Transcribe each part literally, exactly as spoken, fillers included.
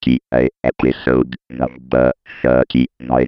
T A episode number thirty-nine.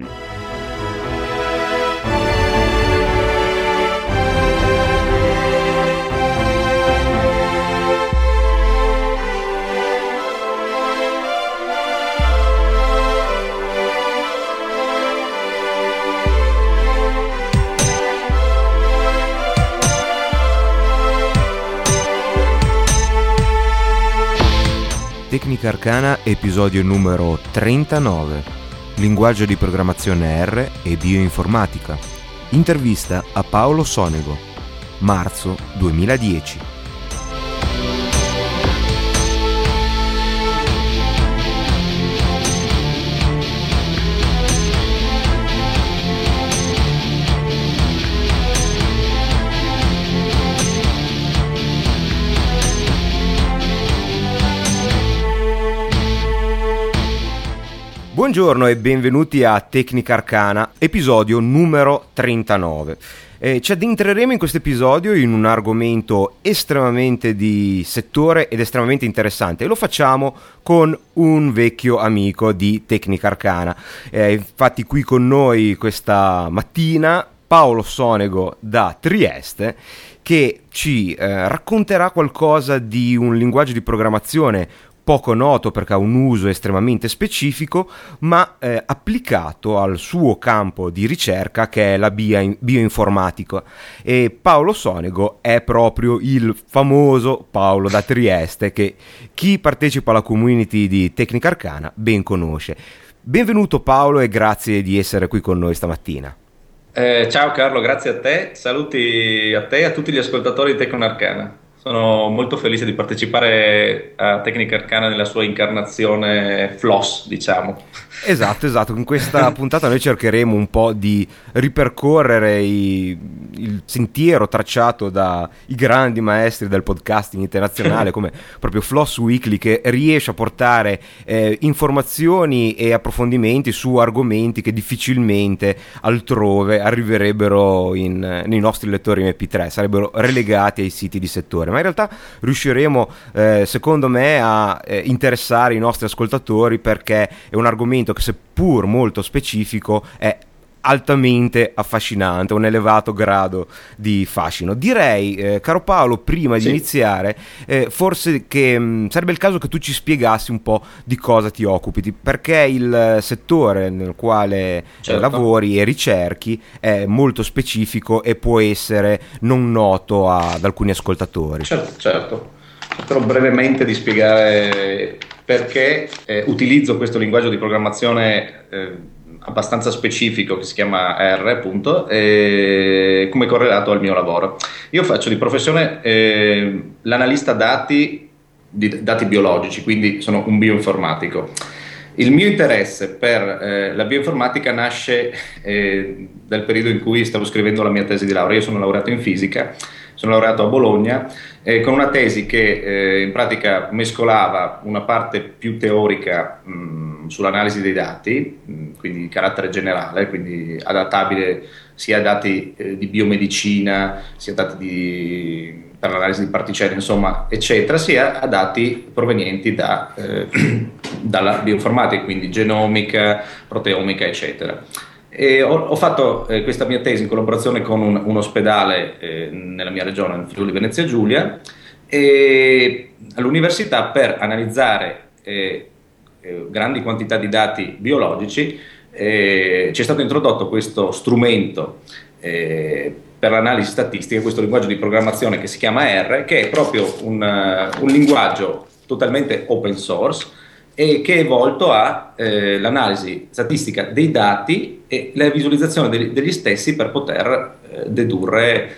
Tecnica Arcana, episodio numero trentanove. Linguaggio di programmazione R e bioinformatica. Intervista a Paolo Sonego. Marzo duemiladieci. Buongiorno e benvenuti a Tecnica Arcana, episodio numero trentanove. Eh, ci addentreremo in questo episodio in un argomento estremamente di settore ed estremamente interessante e lo facciamo con un vecchio amico di Tecnica Arcana. Eh, infatti qui con noi questa mattina Paolo Sonego da Trieste, che ci eh, racconterà qualcosa di un linguaggio di programmazione poco noto perché ha un uso estremamente specifico, ma eh, applicato al suo campo di ricerca, che è la bio- bioinformatica. E Paolo Sonego è proprio il famoso Paolo da Trieste, che chi partecipa alla community di Tecnica Arcana ben conosce. Benvenuto Paolo e grazie di essere qui con noi stamattina. Eh, ciao Carlo, grazie a te, saluti a te e a tutti gli ascoltatori di Tecnica Arcana. Sono molto felice di partecipare a Tecnica Arcana nella sua incarnazione floss, diciamo. Esatto, esatto. In questa puntata noi cercheremo un po' di ripercorrere i, il sentiero tracciato dai grandi maestri del podcasting internazionale, come proprio Floss Weekly, che riesce a portare eh, informazioni e approfondimenti su argomenti che difficilmente altrove arriverebbero in, nei nostri lettori M P tre, sarebbero relegati ai siti di settore. Ma in realtà riusciremo, eh, secondo me, a eh, interessare i nostri ascoltatori, perché è un argomento che, seppur molto specifico, è altamente affascinante, un elevato grado di fascino. Direi, eh, caro Paolo, prima di sì. iniziare, eh, forse che mh, sarebbe il caso che tu ci spiegassi un po' di cosa ti occupi, perché il settore nel quale certo. eh, lavori e ricerchi è molto specifico e può essere non noto a, ad alcuni ascoltatori. Certo, certo. Cercherò brevemente di spiegare perché eh, utilizzo questo linguaggio di programmazione eh, abbastanza specifico che si chiama R, appunto, eh, come correlato al mio lavoro. Io faccio di professione eh, l'analista dati, di dati biologici, quindi sono un bioinformatico. Il mio interesse per eh, la bioinformatica nasce eh, dal periodo in cui stavo scrivendo la mia tesi di laurea. Io sono laureato in fisica, sono laureato a Bologna, eh, con una tesi che eh, in pratica mescolava una parte più teorica mh, sull'analisi dei dati, mh, quindi di carattere generale, quindi adattabile sia a dati eh, di biomedicina, sia a dati di, per l'analisi di particelle, insomma, eccetera, sia a dati provenienti da, eh, dalla bioinformatica, quindi genomica, proteomica, eccetera. E ho, ho fatto eh, questa mia tesi in collaborazione con un, un ospedale eh, nella mia regione, in Friuli Venezia Giulia, e all'università, per analizzare eh, eh, grandi quantità di dati biologici, eh, ci è stato introdotto questo strumento eh, per l'analisi statistica, questo linguaggio di programmazione che si chiama R, che è proprio un, uh, un linguaggio totalmente open source e che è volto all'analisi eh, statistica dei dati e la visualizzazione degli, degli stessi per poter eh, dedurre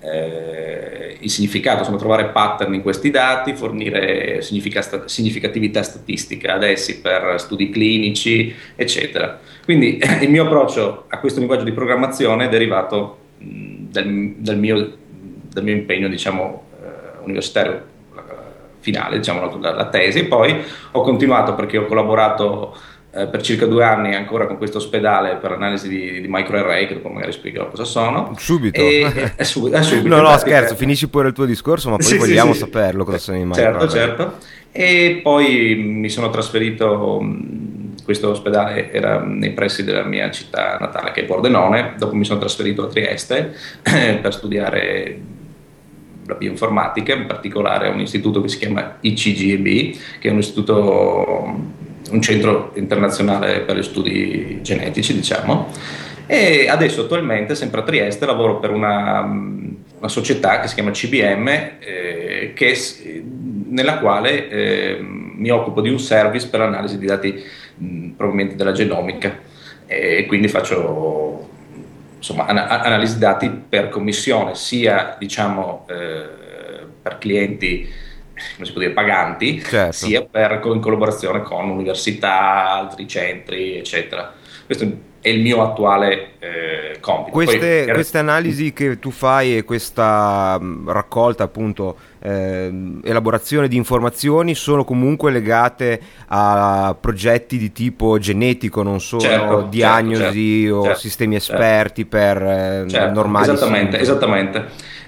eh, il significato, insomma trovare pattern in questi dati, fornire significa- significatività statistica ad essi per studi clinici, eccetera. Quindi eh, il mio approccio a questo linguaggio di programmazione è derivato mh, del, del, mio, del mio impegno, diciamo, eh, universitario finale, diciamo la, la tesi. Poi ho continuato perché ho collaborato eh, per circa due anni ancora con questo ospedale per analisi di, di microarray, che dopo magari spiegherò cosa sono. Subito. E, e, subito, e subito no, no, pratica, scherzo, finisci pure il tuo discorso, ma poi sì, vogliamo sì, sì. saperlo cosa sono i Certo, microarray. certo. E poi mi sono trasferito, questo ospedale era nei pressi della mia città natale, che è Pordenone. Dopo mi sono trasferito a Trieste per studiare la bioinformatica, in particolare a un istituto che si chiama I C G E B, che è un istituto, un centro internazionale per gli studi genetici, diciamo. E adesso attualmente, sempre a Trieste, lavoro per una, una società che si chiama C B M, eh, che, nella quale eh, mi occupo di un service per l'analisi di dati mh, provenienti dalla genomica, e quindi faccio insomma an- analisi dati per commissione, sia diciamo eh, per clienti, come si può dire, paganti, certo. sia per, in collaborazione con università, altri centri, eccetera. Questo è il mio attuale eh, compito. Queste, Poi, queste analisi che tu fai e questa mh, raccolta, appunto, eh, elaborazione di informazioni sono comunque legate a progetti di tipo genetico, non solo certo, diagnosi certo, o certo, sistemi certo, esperti per eh, certo, normali esattamente, sintomi. esattamente.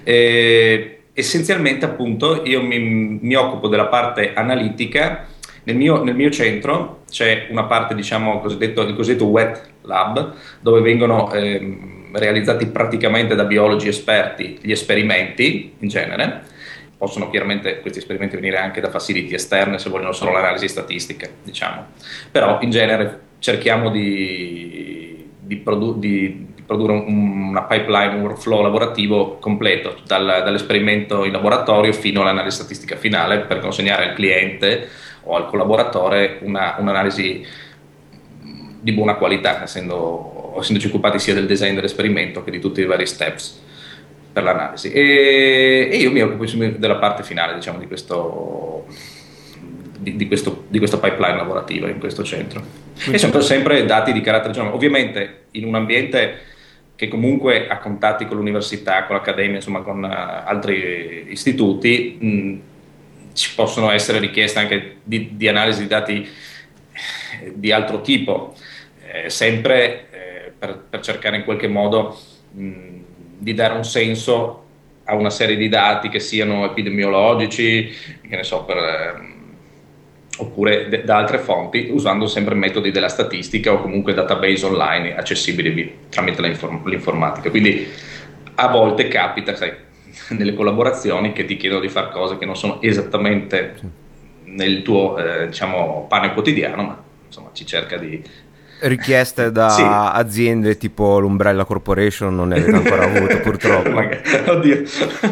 Eh, essenzialmente, appunto, io mi, mi occupo della parte analitica. Nel mio, nel mio centro c'è una parte, diciamo, cosiddetto, il cosiddetto wet lab, dove vengono ehm, realizzati praticamente da biologi esperti gli esperimenti in genere. Possono chiaramente questi esperimenti venire anche da facility esterne se vogliono solo l'analisi statistica, diciamo. Però in genere cerchiamo di, di, produ- di, di produrre un, una pipeline, un workflow lavorativo completo, dal, dall'esperimento in laboratorio fino all'analisi statistica finale, per consegnare al cliente o al collaboratore una, un'analisi di buona qualità, essendo, essendoci occupati sia del design dell'esperimento che di tutti i vari steps per l'analisi. E, e io mi occupo della parte finale, diciamo, di questo, di, di questo, di questo pipeline lavorativo in questo centro. E sono sempre dati di carattere genomico, ovviamente in un ambiente che comunque ha contatti con l'università, con l'accademia, insomma con uh, altri istituti. Mh, ci possono essere richieste anche di, di analisi di dati di altro tipo, eh, sempre eh, per, per cercare in qualche modo mh, di dare un senso a una serie di dati che siano epidemiologici, che ne so, per, eh, oppure de, da altre fonti, usando sempre metodi della statistica o comunque database online accessibili tramite l'inform- l'informatica. Quindi a volte capita, sai, nelle collaborazioni che ti chiedono di fare cose che non sono esattamente nel tuo eh, diciamo pane quotidiano, ma insomma ci cerca di richieste da sì. aziende tipo l'Umbrella Corporation non ne avete ancora avuto purtroppo. Oddio.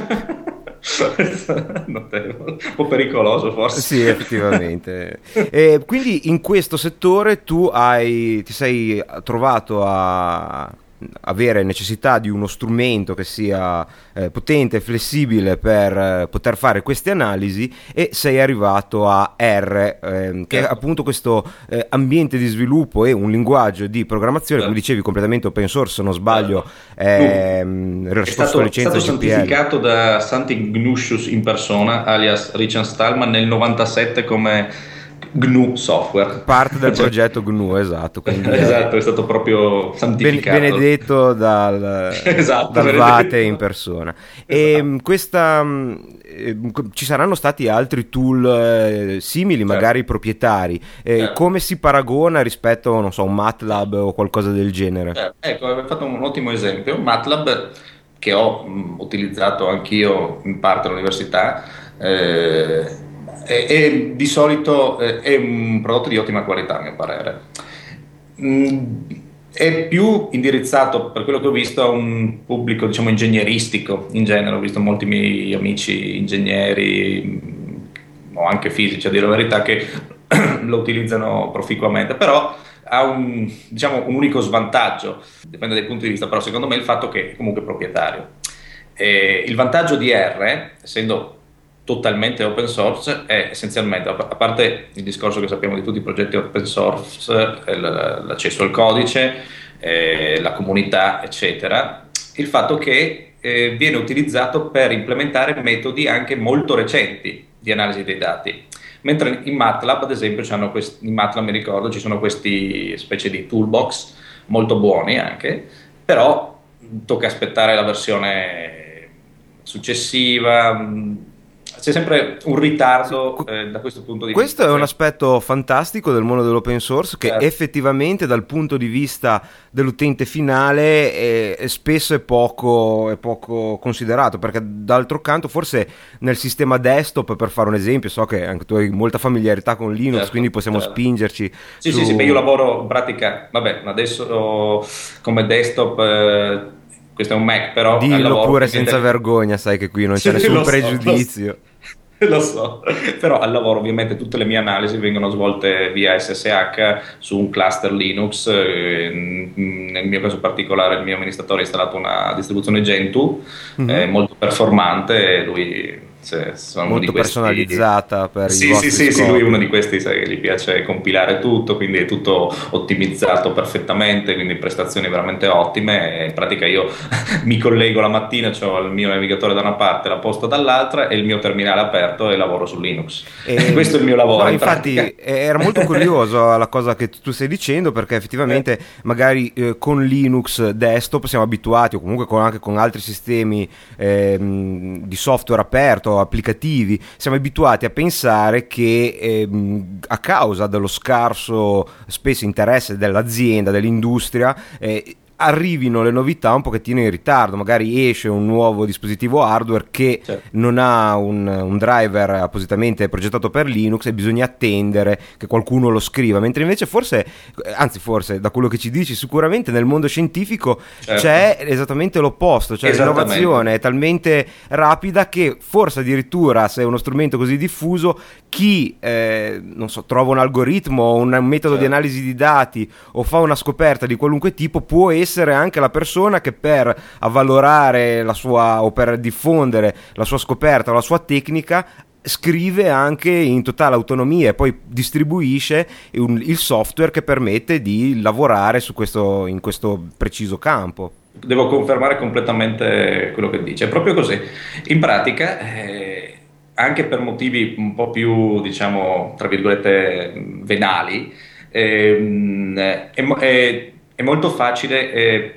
Notevole. Un po' pericoloso forse. Sì, effettivamente. E quindi in questo settore tu hai ti sei trovato a avere necessità di uno strumento che sia eh, potente e flessibile per eh, poter fare queste analisi, e sei arrivato a R, eh, che è appunto questo eh, ambiente di sviluppo e un linguaggio di programmazione, come dicevi, completamente open source, se non sbaglio, è, uh, è stato, licenza è stato G P L. santificato da Santi Gnuscius in persona, alias Richard Stallman, nel novantasette come G N U Software, parte del progetto G N U, esatto, quindi esatto, è stato proprio santificato, benedetto dal, esatto, dal benedetto. Vate in persona. E esatto. questa eh, ci saranno stati altri tool eh, simili, certo. magari proprietari, eh, certo. come si paragona rispetto, non so, un MATLAB o qualcosa del genere? Certo. Ecco, avevo fatto un ottimo esempio. MATLAB, che ho mh, utilizzato anch'io in parte all'università, eh, E, e di solito eh, è un prodotto di ottima qualità, a mio parere. Mm, è più indirizzato, per quello che ho visto, a un pubblico, diciamo, ingegneristico in genere. Ho visto molti miei amici ingegneri o anche fisici, a dire la verità, che lo utilizzano proficuamente, però ha un, diciamo, un unico svantaggio, dipende dai punti di vista, però secondo me il fatto che è comunque proprietario. E il vantaggio di R, essendo totalmente open source, è essenzialmente, a parte il discorso che sappiamo di tutti i progetti open source, l'accesso al codice, eh, la comunità, eccetera, il fatto che eh, viene utilizzato per implementare metodi anche molto recenti di analisi dei dati. Mentre in MATLAB, ad esempio, c'hanno questi, in MATLAB mi ricordo, ci sono questi specie di toolbox molto buoni anche, però tocca aspettare la versione successiva, mh, c'è sempre un ritardo Sì, eh, da questo punto di questo vista. è un Cioè, aspetto fantastico del mondo dell'open source che certo. effettivamente dal punto di vista dell'utente finale è, è spesso è poco, è poco considerato, perché d'altro canto forse nel sistema desktop, per fare un esempio, so che anche tu hai molta familiarità con Linux, Certo, quindi possiamo certo. spingerci Sì, sì, sì, beh, io su... lavoro in pratica, vabbè, adesso oh, come desktop, eh, questo è un Mac, però al Dillo lavoro pure senza ovviamente... vergogna, sai che qui non c'è Sì, nessun lo so, lo so. pregiudizio. Lo so, però al lavoro ovviamente tutte le mie analisi vengono svolte via S S H su un cluster Linux, eh, nel mio caso particolare il mio amministratore ha installato una distribuzione Gentoo eh, Mhm. molto performante e lui se, sono uno di Molto questi... personalizzata per i Sì, sì, vostri sì, sì, lui è uno scopi. di questi, sai, che gli piace compilare tutto, quindi è tutto ottimizzato perfettamente, quindi prestazioni veramente ottime. E in pratica io mi collego la mattina, ho il mio navigatore da una parte, la posta dall'altra e il mio terminale aperto e lavoro su Linux. E, Questo è il mio no, lavoro in pratica. infatti eh, era molto curioso la cosa che tu stai dicendo, perché Eh, effettivamente magari eh, con Linux desktop siamo abituati, o comunque con- anche con altri sistemi ehm, di software aperto, applicativi, siamo abituati a pensare che ehm, a causa dello scarso spesso interesse dell'azienda, dell'industria, eh, arrivino le novità un pochettino in ritardo, magari esce un nuovo dispositivo hardware che certo. non ha un, un driver appositamente progettato per Linux e bisogna attendere che qualcuno lo scriva, mentre invece forse, anzi forse da quello che ci dici, sicuramente nel mondo scientifico Certo. c'è esattamente l'opposto, cioè Esattamente. l'innovazione è talmente rapida che forse addirittura se è uno strumento così diffuso, chi eh, non so, trova un algoritmo, un, un metodo di Certo. analisi di dati o fa una scoperta di qualunque tipo può essere anche la persona che per avvalorare la sua o per diffondere la sua scoperta o la sua tecnica scrive anche in totale autonomia e poi distribuisce un, il software che permette di lavorare su questo, in questo preciso campo. Devo confermare completamente quello che dice, è proprio così. In pratica, eh, anche per motivi un po' più, diciamo, tra virgolette, venali, ehm, è, mo- è- è molto facile eh,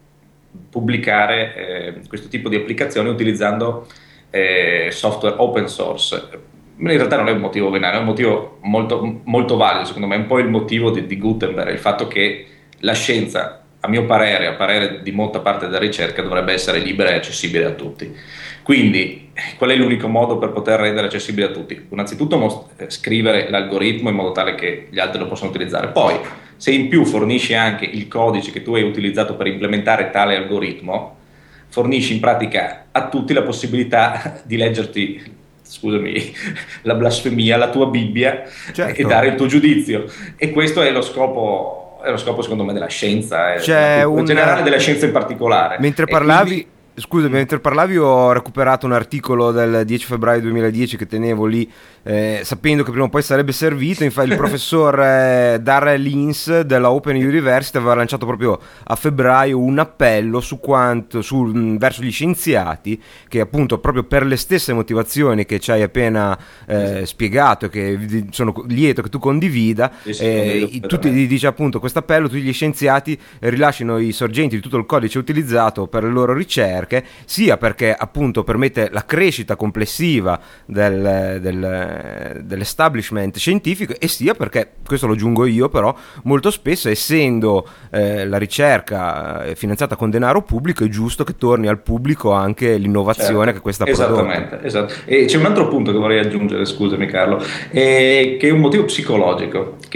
pubblicare eh, questo tipo di applicazioni utilizzando eh, software open source. In realtà non è un motivo venale, è un motivo molto, molto valido, secondo me, è un po' il motivo di, di Gutenberg, il fatto che la scienza, a mio parere, a parere di molta parte della ricerca, dovrebbe essere libera e accessibile a tutti. Quindi, qual è l'unico modo per poter rendere accessibile a tutti? Innanzitutto mos- scrivere l'algoritmo in modo tale che gli altri lo possano utilizzare. Poi, se in più fornisci anche il codice che tu hai utilizzato per implementare tale algoritmo, fornisci in pratica a tutti la possibilità di leggerti, scusami, la blasfemia, la tua Bibbia Certo. e dare il tuo giudizio. E questo è lo scopo, è lo scopo secondo me della scienza, e della C'è cultura un... generale della scienza in particolare. Mentre E parlavi, quindi, scusami, mentre parlavi ho recuperato un articolo del dieci febbraio duemiladieci che tenevo lì, eh, sapendo che prima o poi sarebbe servito. Infatti il professor eh, Darrell Ince della Open University aveva lanciato proprio a febbraio un appello su quanto, su, mh, verso gli scienziati, che appunto proprio per le stesse motivazioni che ci hai appena eh, spiegato e che vi- sono lieto che tu condivida, Sì, sì, eh, condivido i- tutti completamente. dice appunto questo appello, tutti gli scienziati rilasciano i sorgenti di tutto il codice utilizzato per le loro ricerche, sia perché appunto permette la crescita complessiva del, del, dell'establishment scientifico, e sia perché, questo lo aggiungo io però, molto spesso essendo eh, la ricerca eh, finanziata con denaro pubblico è giusto che torni al pubblico anche l'innovazione Certo, che questa ha prodotto. esattamente, esatto. E c'è un altro punto che vorrei aggiungere, scusami Carlo, eh, che è un motivo psicologico che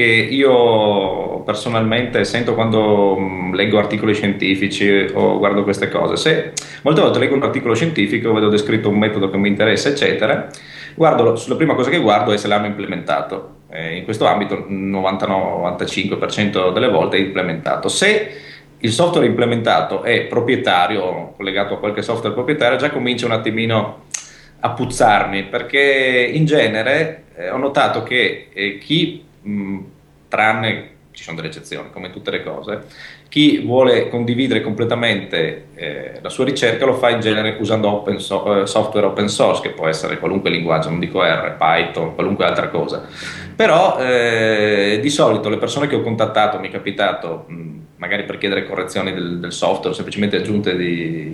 io personalmente sento quando mh, leggo articoli scientifici o guardo queste cose. Se molte volte leggo un articolo scientifico, vedo descritto un metodo che mi interessa, eccetera, guardo, la prima cosa che guardo è se l'hanno implementato. Eh, in questo ambito il novantanove novantacinque per cento delle volte è implementato. Se il software implementato è proprietario, collegato a qualche software proprietario, già comincia un attimino a puzzarmi, perché in genere eh, ho notato che eh, chi, mh, tranne ci sono delle eccezioni, come in tutte le cose. Chi vuole condividere completamente eh, la sua ricerca lo fa in genere usando open so- eh, software open source, che può essere qualunque linguaggio, non dico R, Python, qualunque altra cosa. Però eh, di solito le persone che ho contattato, mi è capitato mh, magari per chiedere correzioni del, del software, semplicemente aggiunte di,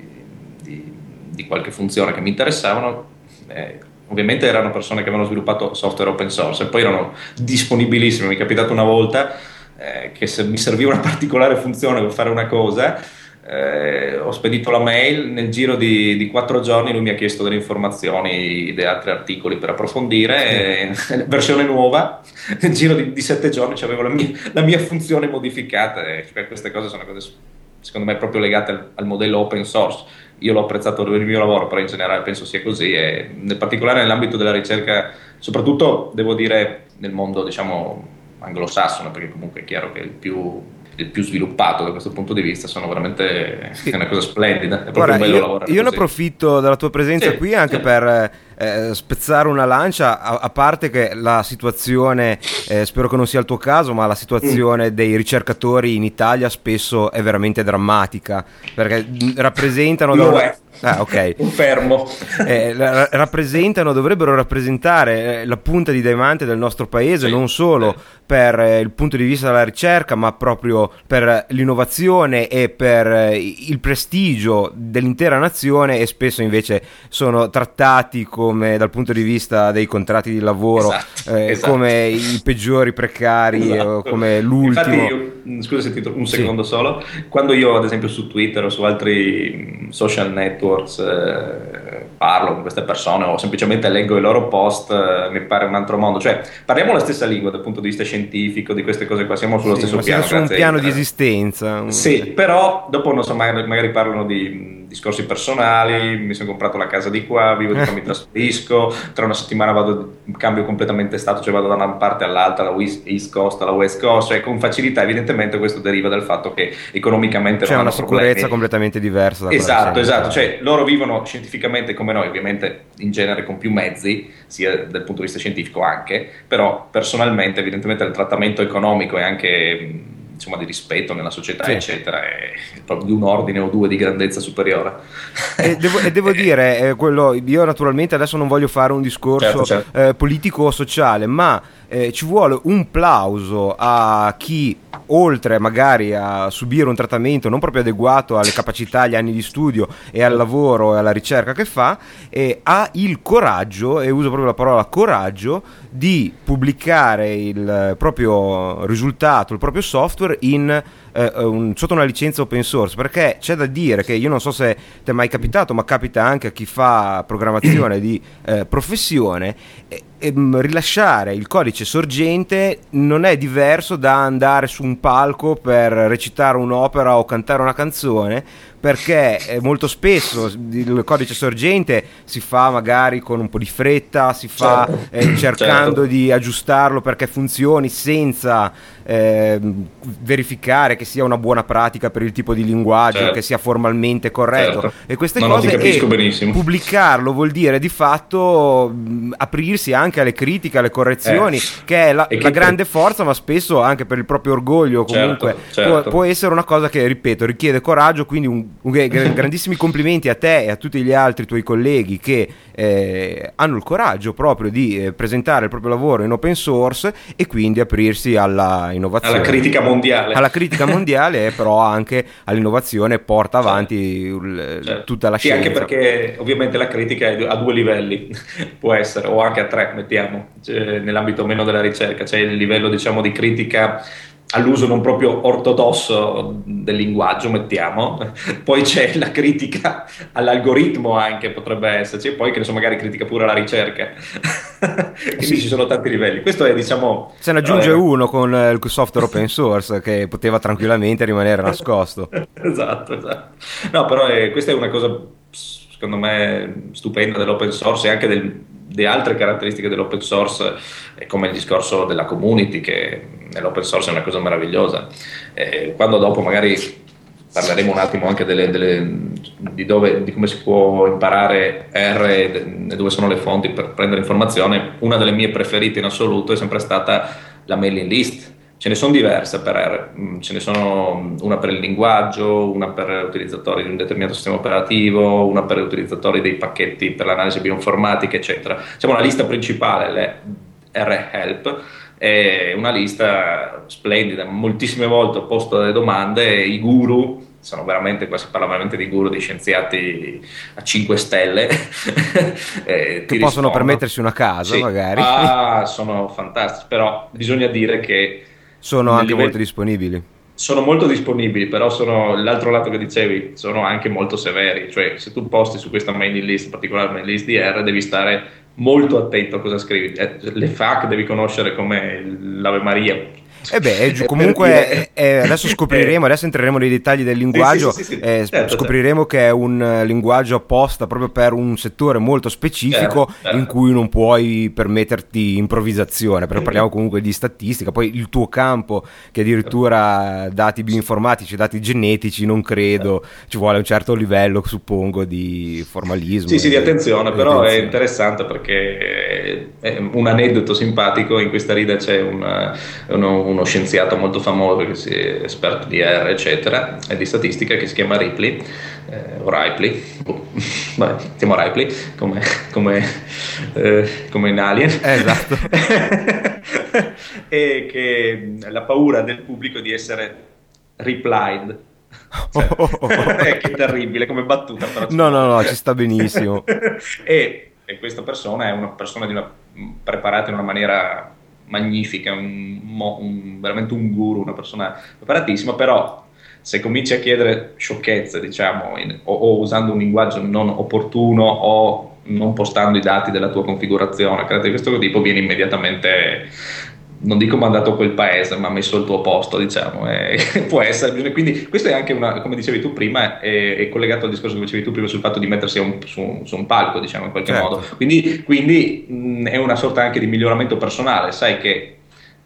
di, di qualche funzione che mi interessavano, eh, ovviamente erano persone che avevano sviluppato software open source e poi erano disponibilissime. Mi è capitato una volta eh, che se mi serviva una particolare funzione per fare una cosa, eh, ho spedito la mail, nel giro di, di quattro giorni lui mi ha chiesto delle informazioni di altri articoli per approfondire, e, versione nuova, nel giro di, di sette giorni c'avevo la mia, la mia funzione modificata. E cioè, queste cose sono cose secondo me proprio legate al, al modello open source. Io l'ho apprezzato per il mio lavoro, però in generale penso sia così, e nel particolare nell'ambito della ricerca, soprattutto devo dire nel mondo diciamo anglosassone, perché comunque è chiaro che il più, il più sviluppato da questo punto di vista, sono veramente sì. È una cosa splendida, è proprio Guarda, un bello io, lavorare io ne così. approfitto della tua presenza Sì, qui anche sì. per eh, spezzare una lancia, a, a parte che la situazione, eh, spero che non sia il tuo caso, ma la situazione mm. dei ricercatori in Italia spesso è veramente drammatica, perché rappresentano da Lo una... è. Ah, ok. Confermo. Eh, ra- rappresentano, dovrebbero rappresentare eh, la punta di diamante del nostro paese, Sì, non solo sì. per eh, il punto di vista della ricerca, ma proprio per l'innovazione e per eh, il prestigio dell'intera nazione, e spesso invece sono trattati come, dal punto di vista dei contratti di lavoro, esatto, eh, esatto. come i peggiori precari, Esatto. o come l'ultimo. Infatti io, scusa se ti tro- un Sì. secondo solo, quando io ad esempio su Twitter o su altri social networks eh, parlo con queste persone o semplicemente leggo i loro post, eh, mi pare un altro mondo. Cioè parliamo la stessa lingua dal punto di vista scientifico, di queste cose qua, siamo sullo Sì, stesso ma piano, siamo su un grazie a piano di internet. esistenza. Sì, però dopo non so, magari, magari parlano di mh, discorsi personali, mi sono comprato la casa di qua, vivo di qua, mi trasferisco, tra una settimana vado, cambio completamente stato, cioè vado da una parte all'altra, la East Coast alla West Coast, cioè con facilità. Evidentemente questo deriva dal fatto che economicamente C'è non una hanno sicurezza problemi. completamente diversa da quella Esatto, che esatto, c'è. cioè loro vivono scientificamente come noi, ovviamente in genere con più mezzi, sia dal punto di vista scientifico anche, però personalmente evidentemente il trattamento economico e anche mh, insomma di rispetto nella società, Sì. eccetera, è proprio di un ordine o due di grandezza superiore. E devo, e devo dire, eh, quello, io naturalmente adesso non voglio fare un discorso Certo, certo. eh, politico o sociale, ma eh, ci vuole un plauso a chi, oltre magari a subire un trattamento non proprio adeguato alle capacità, agli anni di studio e al lavoro e alla ricerca che fa, eh, ha il coraggio, e uso proprio la parola coraggio, di pubblicare il proprio risultato, il proprio software in eh, un, sotto una licenza open source, perché c'è da dire che, io non so se ti è mai capitato, ma capita anche a chi fa programmazione di eh, professione, e, e, rilasciare il codice sorgente non è diverso da andare su un palco per recitare un'opera o cantare una canzone, perché eh, molto spesso il codice sorgente si fa magari con un po' di fretta, si fa Certo. eh, cercando Certo. di aggiustarlo perché funzioni, senza eh, verificare che sia una buona pratica per il tipo di linguaggio, Certo. che sia formalmente corretto, Certo. e queste No, no, cose. ti capisco E benissimo. pubblicarlo vuol dire di fatto mh, aprirsi anche alle critiche, alle correzioni, Eh. che è la, E che la per- grande forza, ma spesso anche per il proprio orgoglio comunque Certo, certo. Può, può essere una cosa che, ripeto, richiede coraggio. Quindi un, un, grandissimi complimenti a te e a tutti gli altri tuoi colleghi che eh, hanno il coraggio proprio di eh, presentare il proprio lavoro in open source e quindi aprirsi alla innovazione, Alla critica mondiale. alla critica mondiale, e però anche all'innovazione, porta avanti il, Certo. tutta la Sì, scienza. anche perché ovviamente la critica è a due livelli, può essere, o anche a tre, mettiamo, cioè, nell'ambito meno della ricerca. C'è il livello, diciamo, di critica all'uso non proprio ortodosso del linguaggio, mettiamo, poi c'è la critica all'algoritmo, anche potrebbe esserci, e poi che ne so, magari critica pure alla ricerca. Quindi Sì. ci sono tanti livelli. Questo è, diciamo, Se ne aggiunge eh, uno con eh, il software open source, che poteva tranquillamente rimanere nascosto. Esatto, esatto. No, però eh, questa è una cosa secondo me stupenda dell'open source, e anche del, di altre caratteristiche dell'open source, eh, come il discorso della community, che nell'open source è una cosa meravigliosa. Eh, quando dopo magari parleremo un attimo anche delle, delle, di, dove, di come si può imparare R e dove sono le fonti per prendere informazione, una delle mie preferite in assoluto è sempre stata la mailing list. ce ne sono diverse per R, ce ne sono una per il linguaggio, una per utilizzatori di un determinato sistema operativo, una per utilizzatori dei pacchetti per l'analisi bioinformatica, eccetera. Diciamo, la lista principale, le R Help, è una lista splendida, moltissime volte ho posto delle domande, i guru sono veramente, qua si parla veramente di guru, di scienziati a cinque stelle eh, che possono permettersi una casa, sì, magari. Ah, sono fantastici, però bisogna dire che sono anche livello... molto disponibili. Sono molto disponibili, però sono l'altro lato che dicevi, sono anche molto severi, cioè se tu posti su questa mailing list, in particolare mailing list di R, devi stare molto attento a cosa scrivi, le F A Q devi conoscere come l'Ave Maria. E eh beh, comunque eh, adesso scopriremo, adesso entreremo nei dettagli del linguaggio, sì, sì, sì, sì. Eh, certo, scopriremo certo. che è un linguaggio apposta proprio per un settore molto specifico, certo, certo. in cui non puoi permetterti improvvisazione, perché parliamo comunque di statistica, poi il tuo campo, che addirittura dati bioinformatici, dati genetici, non credo, certo. ci vuole un certo livello, suppongo, di formalismo. Sì, sì, di attenzione, di però attenzione. È interessante perché è un aneddoto simpatico, in questa rida c'è una, uno, uno scienziato molto famoso che è esperto di R eccetera e di statistica, che si chiama Ripley eh, o Ripley, oh, vabbè, chiamo Ripley come, come, eh, come in Alien, esatto. E che la paura del pubblico di essere replied, cioè, oh, oh, oh. È che terribile come battuta, però no no no ci sta benissimo. e, e questa persona è una persona di una, preparata in una maniera magnifica, un, un, veramente un guru, una persona preparatissima, però se cominci a chiedere sciocchezze, diciamo, in, o, o usando un linguaggio non opportuno o non postando i dati della tua configurazione, cose di questo tipo, viene immediatamente, non dico mandato a quel paese, ma messo al tuo posto, diciamo, e può essere. Quindi questo è anche una, come dicevi tu prima, è, è collegato al discorso che dicevi tu prima sul fatto di mettersi un, su, su un palco, diciamo, in qualche certo. modo. Quindi, quindi mh, è una sorta anche di miglioramento personale, sai che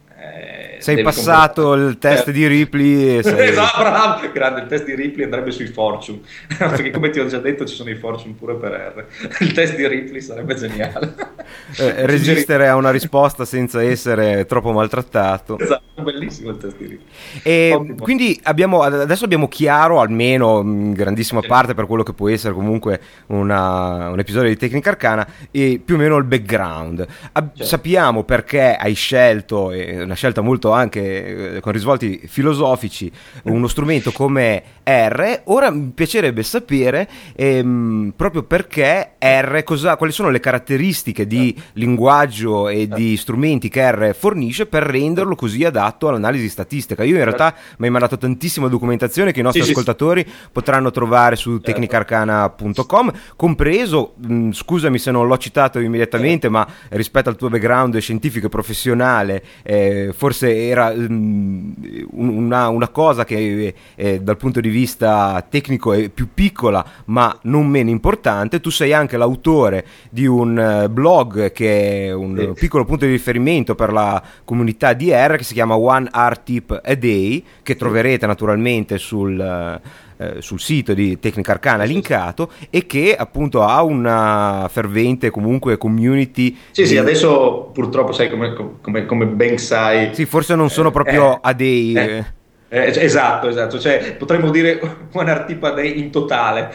eh, sei passato il test eh. di Ripley e sei... esatto, bravo, grande, il test di Ripley andrebbe sui Fortune perché come ti ho già detto ci sono i Fortune pure per R, il test di Ripley sarebbe geniale. eh, resistere a una risposta senza essere troppo maltrattato. Esatto, bellissimo il test di Ripley. E quindi abbiamo, adesso abbiamo chiaro, almeno in grandissima sì. parte, per quello che può essere comunque una, un episodio di Tecnica Arcana, e più o meno il background. Ab- certo. Sappiamo perché hai scelto, e una scelta molto anche eh, con risvolti filosofici, uno strumento come R. Ora mi piacerebbe sapere ehm, proprio perché R, cosa, quali sono le caratteristiche di linguaggio e di strumenti che R fornisce per renderlo così adatto all'analisi statistica. Io in realtà mi hai mandato tantissima documentazione che i nostri sì, ascoltatori sì. potranno trovare su tecnica arcana punto com, compreso, mh, scusami se non l'ho citato immediatamente, ma rispetto al tuo background scientifico e professionale eh, forse era mh, una, una cosa che eh, dal punto di vista tecnico è più piccola ma non meno importante. Tu sei anche l'autore di un uh, blog che è un sì. piccolo punto di riferimento per la comunità di R, che si chiama One R Tip a Day, che troverete naturalmente sul, uh, uh, sul sito di Tecnica Arcana linkato, e che appunto ha una fervente comunque community. Sì, di... sì, adesso purtroppo sai come, come, come ben sai. Sì, forse non sono proprio eh, a day. Eh. Eh, esatto, esatto, cioè potremmo dire one R Tip a day in totale.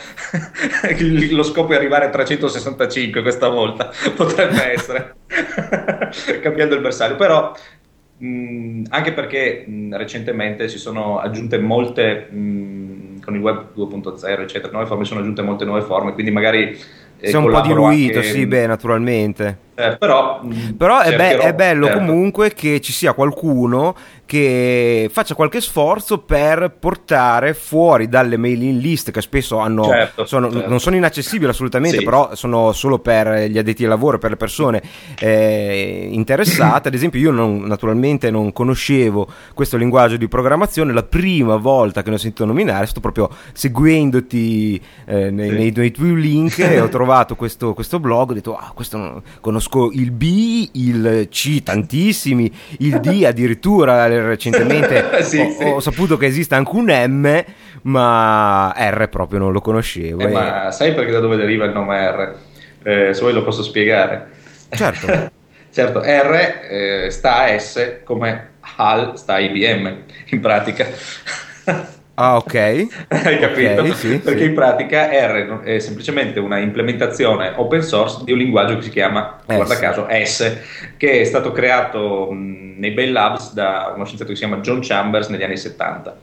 Lo scopo è arrivare a trecentosessantacinque questa volta, potrebbe essere, cambiando il bersaglio, però mh, anche perché mh, recentemente si sono aggiunte molte, mh, con il web due punto zero eccetera, nuove forme, sono aggiunte molte nuove forme, quindi magari si è un po' diluito, anche... sì, beh, naturalmente. Eh, però però è, be- è bello certo. comunque che ci sia qualcuno che faccia qualche sforzo per portare fuori dalle mailing list, che spesso hanno certo, sono, certo. non sono inaccessibili assolutamente, sì. però sono solo per gli addetti ai lavori, per le persone eh, interessate. Ad esempio io non, naturalmente non conoscevo questo linguaggio di programmazione, la prima volta che ne ho sentito nominare sto proprio seguendoti eh, nei, sì. nei, nei tuoi link e ho trovato questo, questo blog, ho detto ah, questo non, conosco il B, il C tantissimi, il D addirittura recentemente sì, ho, sì. ho saputo che esiste anche un M, ma R proprio non lo conoscevo. Eh, e... Ma sai perché da dove deriva il nome R? Eh, se vuoi lo posso spiegare. Certo. Certo, R eh, sta a S come H A L sta I B M, in pratica. Ah, ok. Hai capito? Okay, sì, Perché sì. in pratica R è semplicemente una implementazione open source di un linguaggio che si chiama, guarda S. caso, S, che è stato creato mh, nei Bell Labs da uno scienziato che si chiama John Chambers negli anni settanta.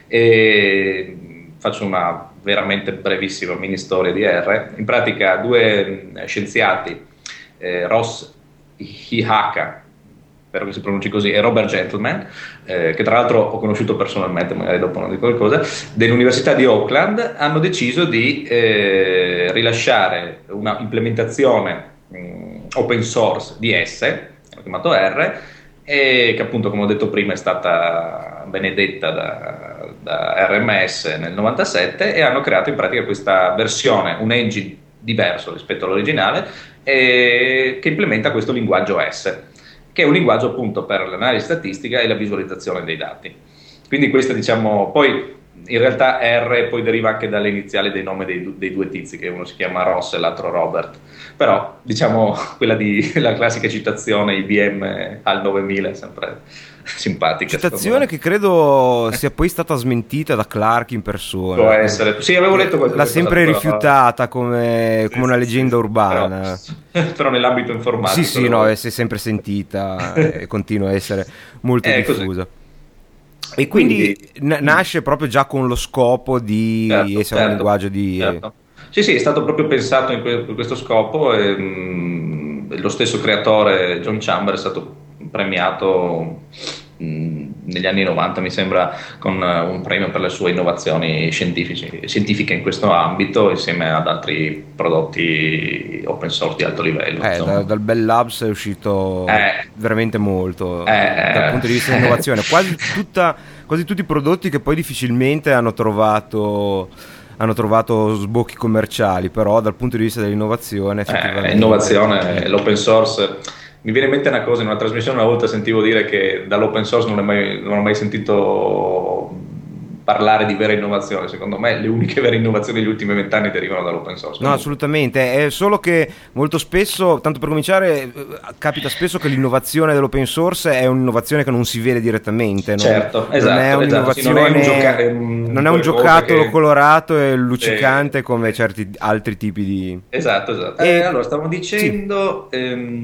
E mh, faccio una veramente brevissima mini storia di R. In pratica due mh, scienziati, eh, Ross Hihaka, spero che si pronunci così, e Robert Gentleman, eh, che tra l'altro ho conosciuto personalmente, magari dopo non dico qualcosa, dell'Università di Auckland, hanno deciso di eh, rilasciare una implementazione mh, open source di S, hanno chiamato R, e che appunto, come ho detto prima, è stata benedetta da, da R M S nel novantasette, e hanno creato in pratica questa versione, un engine diverso rispetto all'originale, eh, che implementa questo linguaggio S, che è un linguaggio appunto per l'analisi statistica e la visualizzazione dei dati. Quindi questa, diciamo, poi in realtà R poi deriva anche dalle iniziali dei nomi dei, dei due tizi, che uno si chiama Ross e l'altro Robert, però diciamo quella di la classica citazione I B M al novemila è sempre simpatica. Citazione che credo sia poi stata smentita da Clark in persona. Può essere. Sì, avevo letto qualcosa. L'ha sempre però... rifiutata come, sì, come una sì, leggenda sì, urbana. Però, però nell'ambito informatico. Sì, sì, no, è sempre sentita e continua a essere molto è diffusa. Così. E quindi, quindi n- nasce proprio già con lo scopo di certo, essere certo, un linguaggio di... certo. Sì, sì, è stato proprio pensato in que- per questo scopo, e mh, lo stesso creatore John Chambers è stato premiato mh, negli anni novanta, mi sembra, con uh, un premio per le sue innovazioni scientifici- scientifiche in questo ambito, insieme ad altri prodotti open source di alto livello. Eh, da- dal Bell Labs è uscito Eh. veramente molto Eh. dal punto di vista dell'innovazione. Quasi, tutta, quasi tutti i prodotti che poi difficilmente hanno trovato, hanno trovato sbocchi commerciali, però dal punto di vista dell'innovazione effettivamente... Eh, innovazione, l'open source. Mi viene in mente una cosa, in una trasmissione una volta sentivo dire che dall'open source non, è mai, non ho mai sentito parlare di vera innovazione. Secondo me le uniche vere innovazioni degli ultimi vent'anni derivano dall'open source. No, assolutamente, è solo che molto spesso, tanto per cominciare, eh, capita spesso che l'innovazione dell'open source è un'innovazione che non si vede direttamente, non, certo, esatto, non è un'innovazione, esatto, sì, non è un, gioca- un, non è un giocattolo che... colorato e luccicante eh, come certi altri tipi di... Esatto, esatto. E... Eh, allora, stavo dicendo... Sì.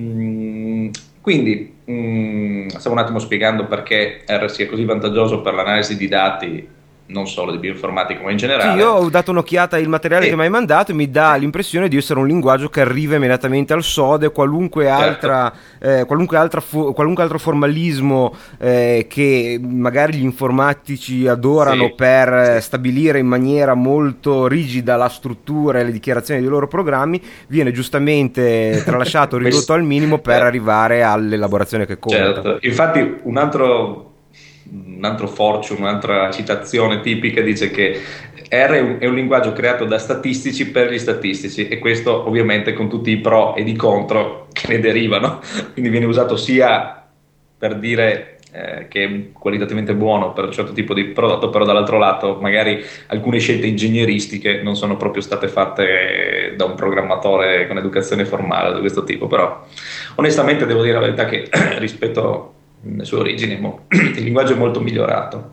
Ehm, quindi, mh, stavo un attimo spiegando perché R sia così vantaggioso per l'analisi di dati, non solo di bioinformatica ma in generale. Sì, io ho dato un'occhiata al materiale e... che mi hai mandato e mi dà l'impressione di essere un linguaggio che arriva immediatamente al sodo, e qualunque altra, certo. eh, qualunque, altra fo- qualunque altro formalismo eh, che magari gli informatici adorano, sì, per sì. stabilire in maniera molto rigida la struttura e le dichiarazioni dei loro programmi viene giustamente tralasciato, ridotto al minimo per certo. arrivare all'elaborazione che conta. Certo. Infatti un altro un altro fortune, un'altra citazione tipica dice che R è un, è un linguaggio creato da statistici per gli statistici, e questo ovviamente con tutti i pro e i contro che ne derivano, quindi viene usato sia per dire eh, che è qualitativamente buono per un certo tipo di prodotto, però dall'altro lato magari alcune scelte ingegneristiche non sono proprio state fatte da un programmatore con educazione formale di questo tipo. Però onestamente devo dire la verità che rispetto le sue origini il linguaggio è molto migliorato,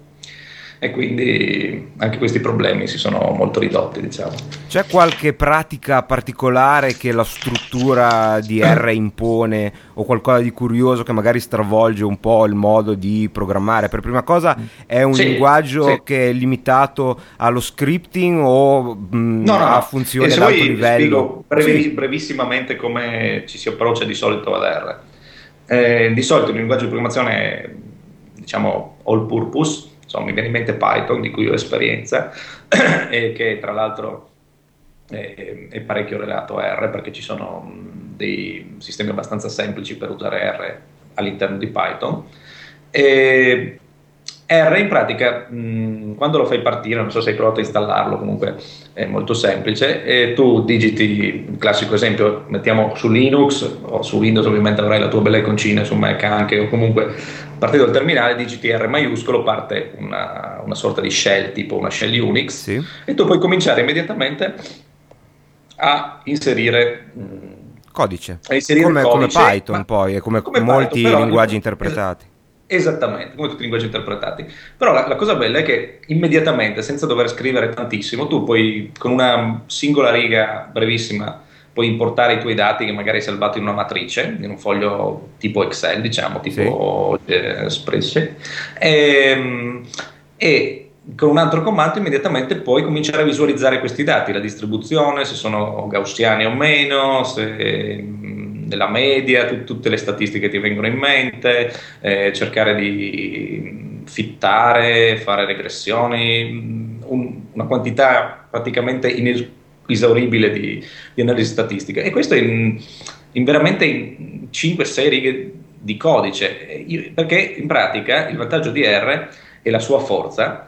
e quindi anche questi problemi si sono molto ridotti, diciamo. C'è qualche pratica particolare che la struttura di R impone, o qualcosa di curioso che magari stravolge un po' il modo di programmare? Per prima cosa, è un sì, linguaggio sì. che è limitato allo scripting o mh, no, no, a no. funzioni ad alto livello? Spiego brevi, sì. brevissimamente come ci si approccia di solito ad R. Eh, di solito il linguaggio di programmazione è, diciamo, all purpose, insomma mi viene in mente Python, di cui ho esperienza e che tra l'altro è, è parecchio relato a R, perché ci sono dei sistemi abbastanza semplici per usare R all'interno di Python. E R in pratica, mh, quando lo fai partire, non so se hai provato a installarlo, comunque è molto semplice, e tu digiti, il classico esempio, mettiamo su Linux o su Windows, ovviamente avrai la tua bella iconcina, su Mac anche, o comunque partendo dal terminale digiti R maiuscolo, parte una, una sorta di shell, tipo una shell Unix, sì. e tu puoi cominciare immediatamente a inserire mh, codice, a inserire come, codice, come Python ma, poi, e come, come molti Python, però, linguaggi interpretati. Esattamente, come tutti i linguaggi interpretati. Però la, la cosa bella è che immediatamente, senza dover scrivere tantissimo, tu puoi con una singola riga brevissima puoi importare i tuoi dati che magari hai salvato in una matrice, in un foglio tipo Excel, diciamo, tipo sì. eh, spreadsheet, e, e con un altro comando immediatamente puoi cominciare a visualizzare questi dati, la distribuzione, se sono gaussiani o meno, se della media, tu, tutte le statistiche ti vengono in mente, eh, cercare di fittare, fare regressioni, un, una quantità praticamente inesauribile di, di analisi statistica. E questo in, in veramente in cinque sei righe di codice, perché in pratica il vantaggio di R e la sua forza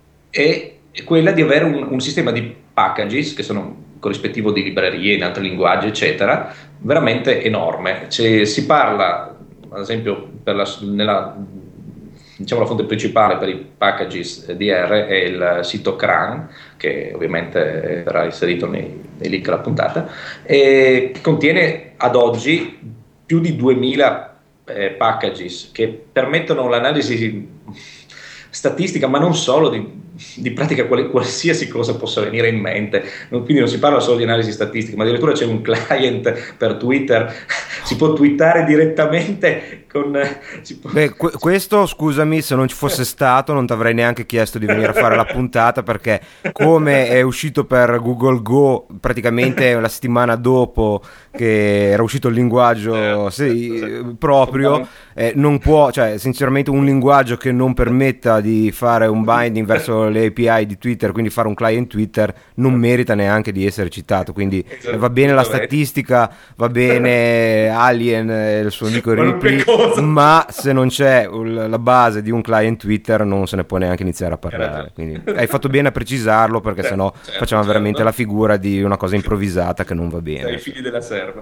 è quella di avere un, un sistema di packages che sono corrispettivo di librerie in altri linguaggi, eccetera, veramente enorme. Cioè, si parla, ad esempio, per la, nella, diciamo, la fonte principale per i packages di R è il sito Cran, che ovviamente verrà inserito nei, nei link alla puntata, e contiene ad oggi più di duemila eh, packages che permettono l'analisi statistica, ma non solo, di di pratica qualsiasi cosa possa venire in mente, quindi non si parla solo di analisi statistica, ma addirittura c'è un client per Twitter, si può twittare direttamente con... Può... Beh, que- questo, scusami, se non ci fosse stato non ti avrei neanche chiesto di venire a fare la puntata, perché come è uscito per Google Go praticamente la settimana dopo che era uscito il linguaggio sì, proprio, eh, non può, cioè sinceramente un linguaggio che non permetta di fare un binding verso le A P I di Twitter, quindi fare un client Twitter, non merita neanche di essere citato. Quindi eh, va bene la statistica, va bene Alien e il suo amico Ripley, ma se non c'è la base di un client Twitter non se ne può neanche iniziare a parlare. Quindi hai fatto bene a precisarlo, perché certo, sennò certo, facciamo certo. veramente la figura di una cosa improvvisata che non va bene. I figli della serva.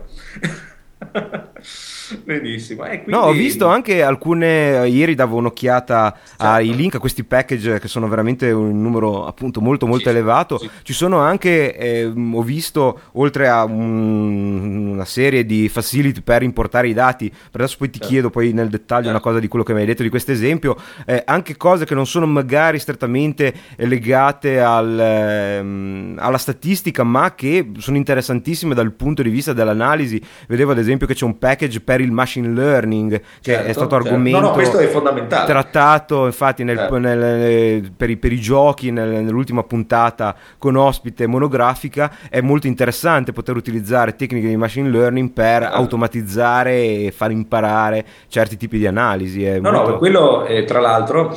Benissimo. Eh, quindi... No, ho visto anche alcune, ieri davo un'occhiata certo. ai link a questi package che sono veramente un numero appunto molto molto sì, elevato. Sì. Ci sono anche, eh, ho visto, oltre a un, una serie di facility per importare i dati, per adesso poi ti certo. chiedo poi nel dettaglio certo. una cosa di quello che mi hai detto di questo esempio, eh, anche cose che non sono magari strettamente legate al, ehm, alla statistica, ma che sono interessantissime dal punto di vista dell'analisi. Vedevo ad esempio che c'è un package per il machine learning che certo, è stato certo. argomento no, no, questo è fondamentale. trattato infatti nel, certo. nel, per, i, per i giochi nel, nell'ultima puntata con ospite monografica. È molto interessante poter utilizzare tecniche di machine learning per certo. automatizzare e far imparare certi tipi di analisi. È no molto... no, quello è, tra l'altro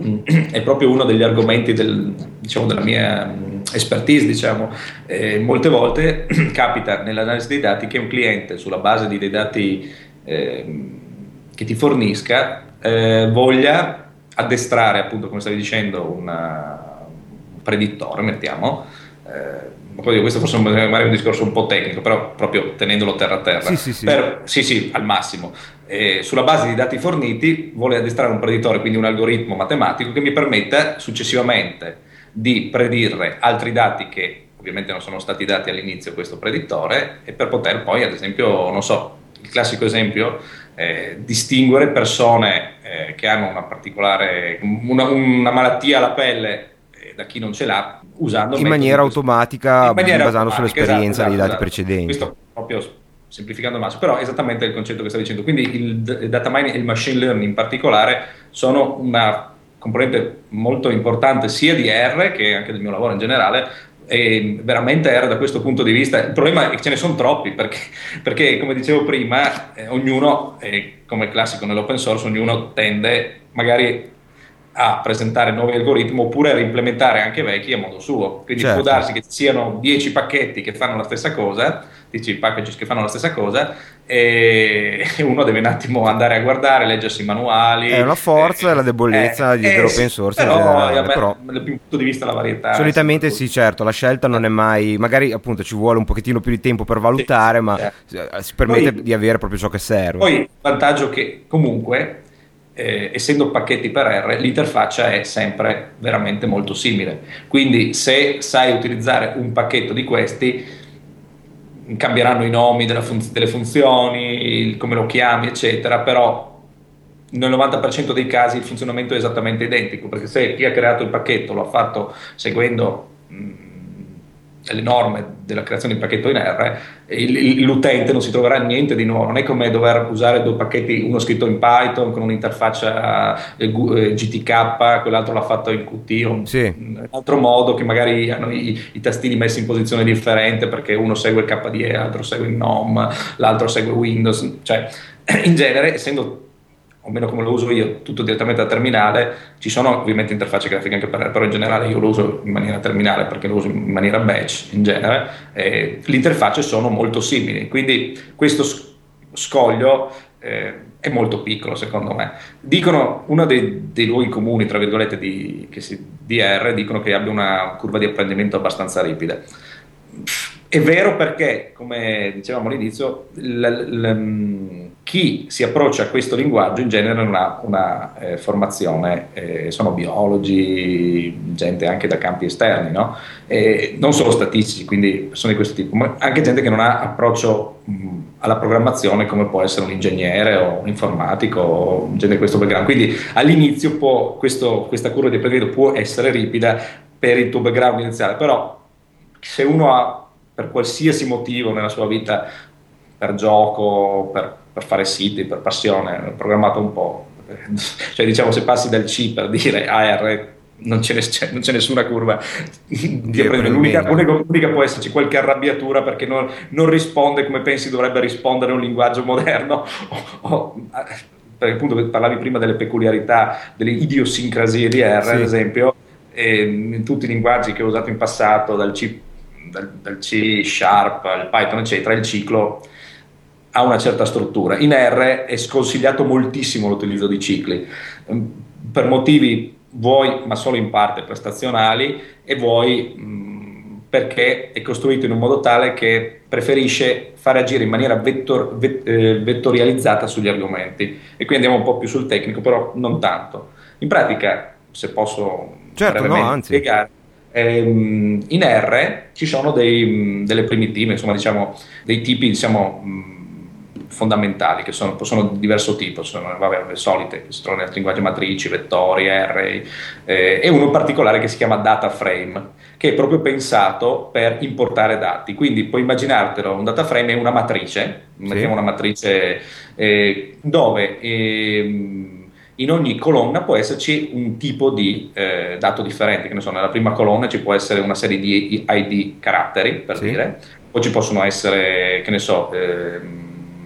è proprio uno degli argomenti del, diciamo, della mia expertise, diciamo. Eh, molte volte capita nell'analisi dei dati che un cliente, sulla base di dei dati eh, che ti fornisca, eh, voglia addestrare, appunto, come stavi dicendo, una, un predittore, mettiamo. Eh, questo forse è magari un discorso un po' tecnico, però proprio tenendolo terra a terra. Sì, sì, sì. Per, sì, sì, al massimo. Eh, sulla base dei dati forniti vuole addestrare un predittore, quindi un algoritmo matematico che mi permetta successivamente di predire altri dati che ovviamente non sono stati dati all'inizio questo predittore, e per poter poi, ad esempio, non so, il classico esempio, eh, distinguere persone eh, che hanno una particolare una, una malattia alla pelle eh, da chi non ce l'ha, usando in maniera automatica, in maniera automatica, basando sull'esperienza esatto, dei dati esatto. precedenti. Questo proprio semplificando il massimo, però è esattamente il concetto che stai dicendo. Quindi il data mining e il machine learning in particolare sono una componente molto importante sia di R che anche del mio lavoro in generale, e veramente R da questo punto di vista. Il problema è che ce ne sono troppi, perché, perché come dicevo prima, eh, ognuno, eh, come classico nell'open source, ognuno tende magari a presentare nuovi algoritmi oppure a reimplementare anche vecchi a modo suo. Quindi certo. può darsi che ci siano dieci pacchetti che fanno la stessa cosa, dieci packages che fanno la stessa cosa, e uno deve un attimo andare a guardare, leggersi i manuali. È una forza e eh, la debolezza eh, dell'open source, però, generale, vabbè, però dal punto di vista della varietà solitamente sì, certo, la scelta non è mai, magari appunto ci vuole un pochettino più di tempo per valutare, sì, ma certo. si permette poi, di avere proprio ciò che serve. Poi il vantaggio che comunque Eh, essendo pacchetti per R, l'interfaccia è sempre veramente molto simile, quindi se sai utilizzare un pacchetto di questi, cambieranno i nomi della fun- delle funzioni, il, come lo chiami eccetera, però nel novanta per cento dei casi il funzionamento è esattamente identico, perché se chi ha creato il pacchetto lo ha fatto seguendo mh, le norme della creazione di pacchetto in R, il, il, l'utente non si troverà niente di nuovo. Non è come dover usare due pacchetti, uno scritto in Python con un'interfaccia eh, G T K, quell'altro l'ha fatto in Qt, un, sì. un altro modo, che magari hanno i, i tastini messi in posizione differente perché uno segue il K D E, l'altro segue il N O M, l'altro segue Windows. Cioè, in genere, essendo, o meno come lo uso io, tutto direttamente da terminale, ci sono ovviamente interfacce grafiche anche per R, però in generale io lo uso in maniera terminale perché lo uso in maniera batch in genere, e le interfacce sono molto simili, quindi questo scoglio eh, è molto piccolo secondo me. Dicono, uno dei, dei luoghi comuni tra virgolette di, che si, di R, dicono che abbia una curva di apprendimento abbastanza ripida. È vero, perché, come dicevamo all'inizio, l, l, chi si approccia a questo linguaggio in genere non ha una eh, formazione, eh, sono biologi, gente anche da campi esterni, no? E non solo statistici, quindi persone di questo tipo, ma anche gente che non ha approccio mh, alla programmazione, come può essere un ingegnere o un informatico o gente di questo background. Quindi all'inizio può, questo, questa curva di apprendimento può essere ripida per il tuo background iniziale, però se uno ha, per qualsiasi motivo nella sua vita, per gioco, per, per fare siti, per passione, programmato un po', cioè diciamo, se passi dal C per dire A R, non c'è, non c'è nessuna curva di apprendimento. L'unica, l'unica, l'unica può esserci qualche arrabbiatura perché non, non risponde come pensi dovrebbe rispondere un linguaggio moderno, o, o, perché appunto parlavi prima delle peculiarità, delle idiosincrasie di R, sì. Ad esempio, e in tutti i linguaggi che ho usato in passato, dal C Dal, dal C Sharp al Python eccetera, il ciclo ha una certa struttura. In R è sconsigliato moltissimo l'utilizzo di cicli per motivi vuoi, ma solo in parte prestazionali, e vuoi mh, perché è costruito in un modo tale che preferisce fare agire in maniera vettor, vet, eh, vettorializzata sugli argomenti, e qui andiamo un po' più sul tecnico, però non tanto. In pratica, se posso certo, no, anzi. spiegare, in R ci sono dei, delle primitive, insomma, diciamo dei tipi, diciamo, fondamentali, che sono, sono di diverso tipo, sono vabbè, le solite che si trovano nel linguaggio matrici, vettori, array, eh, e uno in particolare che si chiama data frame, che è proprio pensato per importare dati. Quindi puoi immaginartelo, un data frame è una matrice, sì. Mettiamo una matrice eh, dove eh, in ogni colonna può esserci un tipo di eh, dato differente, che ne so, nella prima colonna ci può essere una serie di I D caratteri, per sì. dire, o ci possono essere, che ne so, ehm,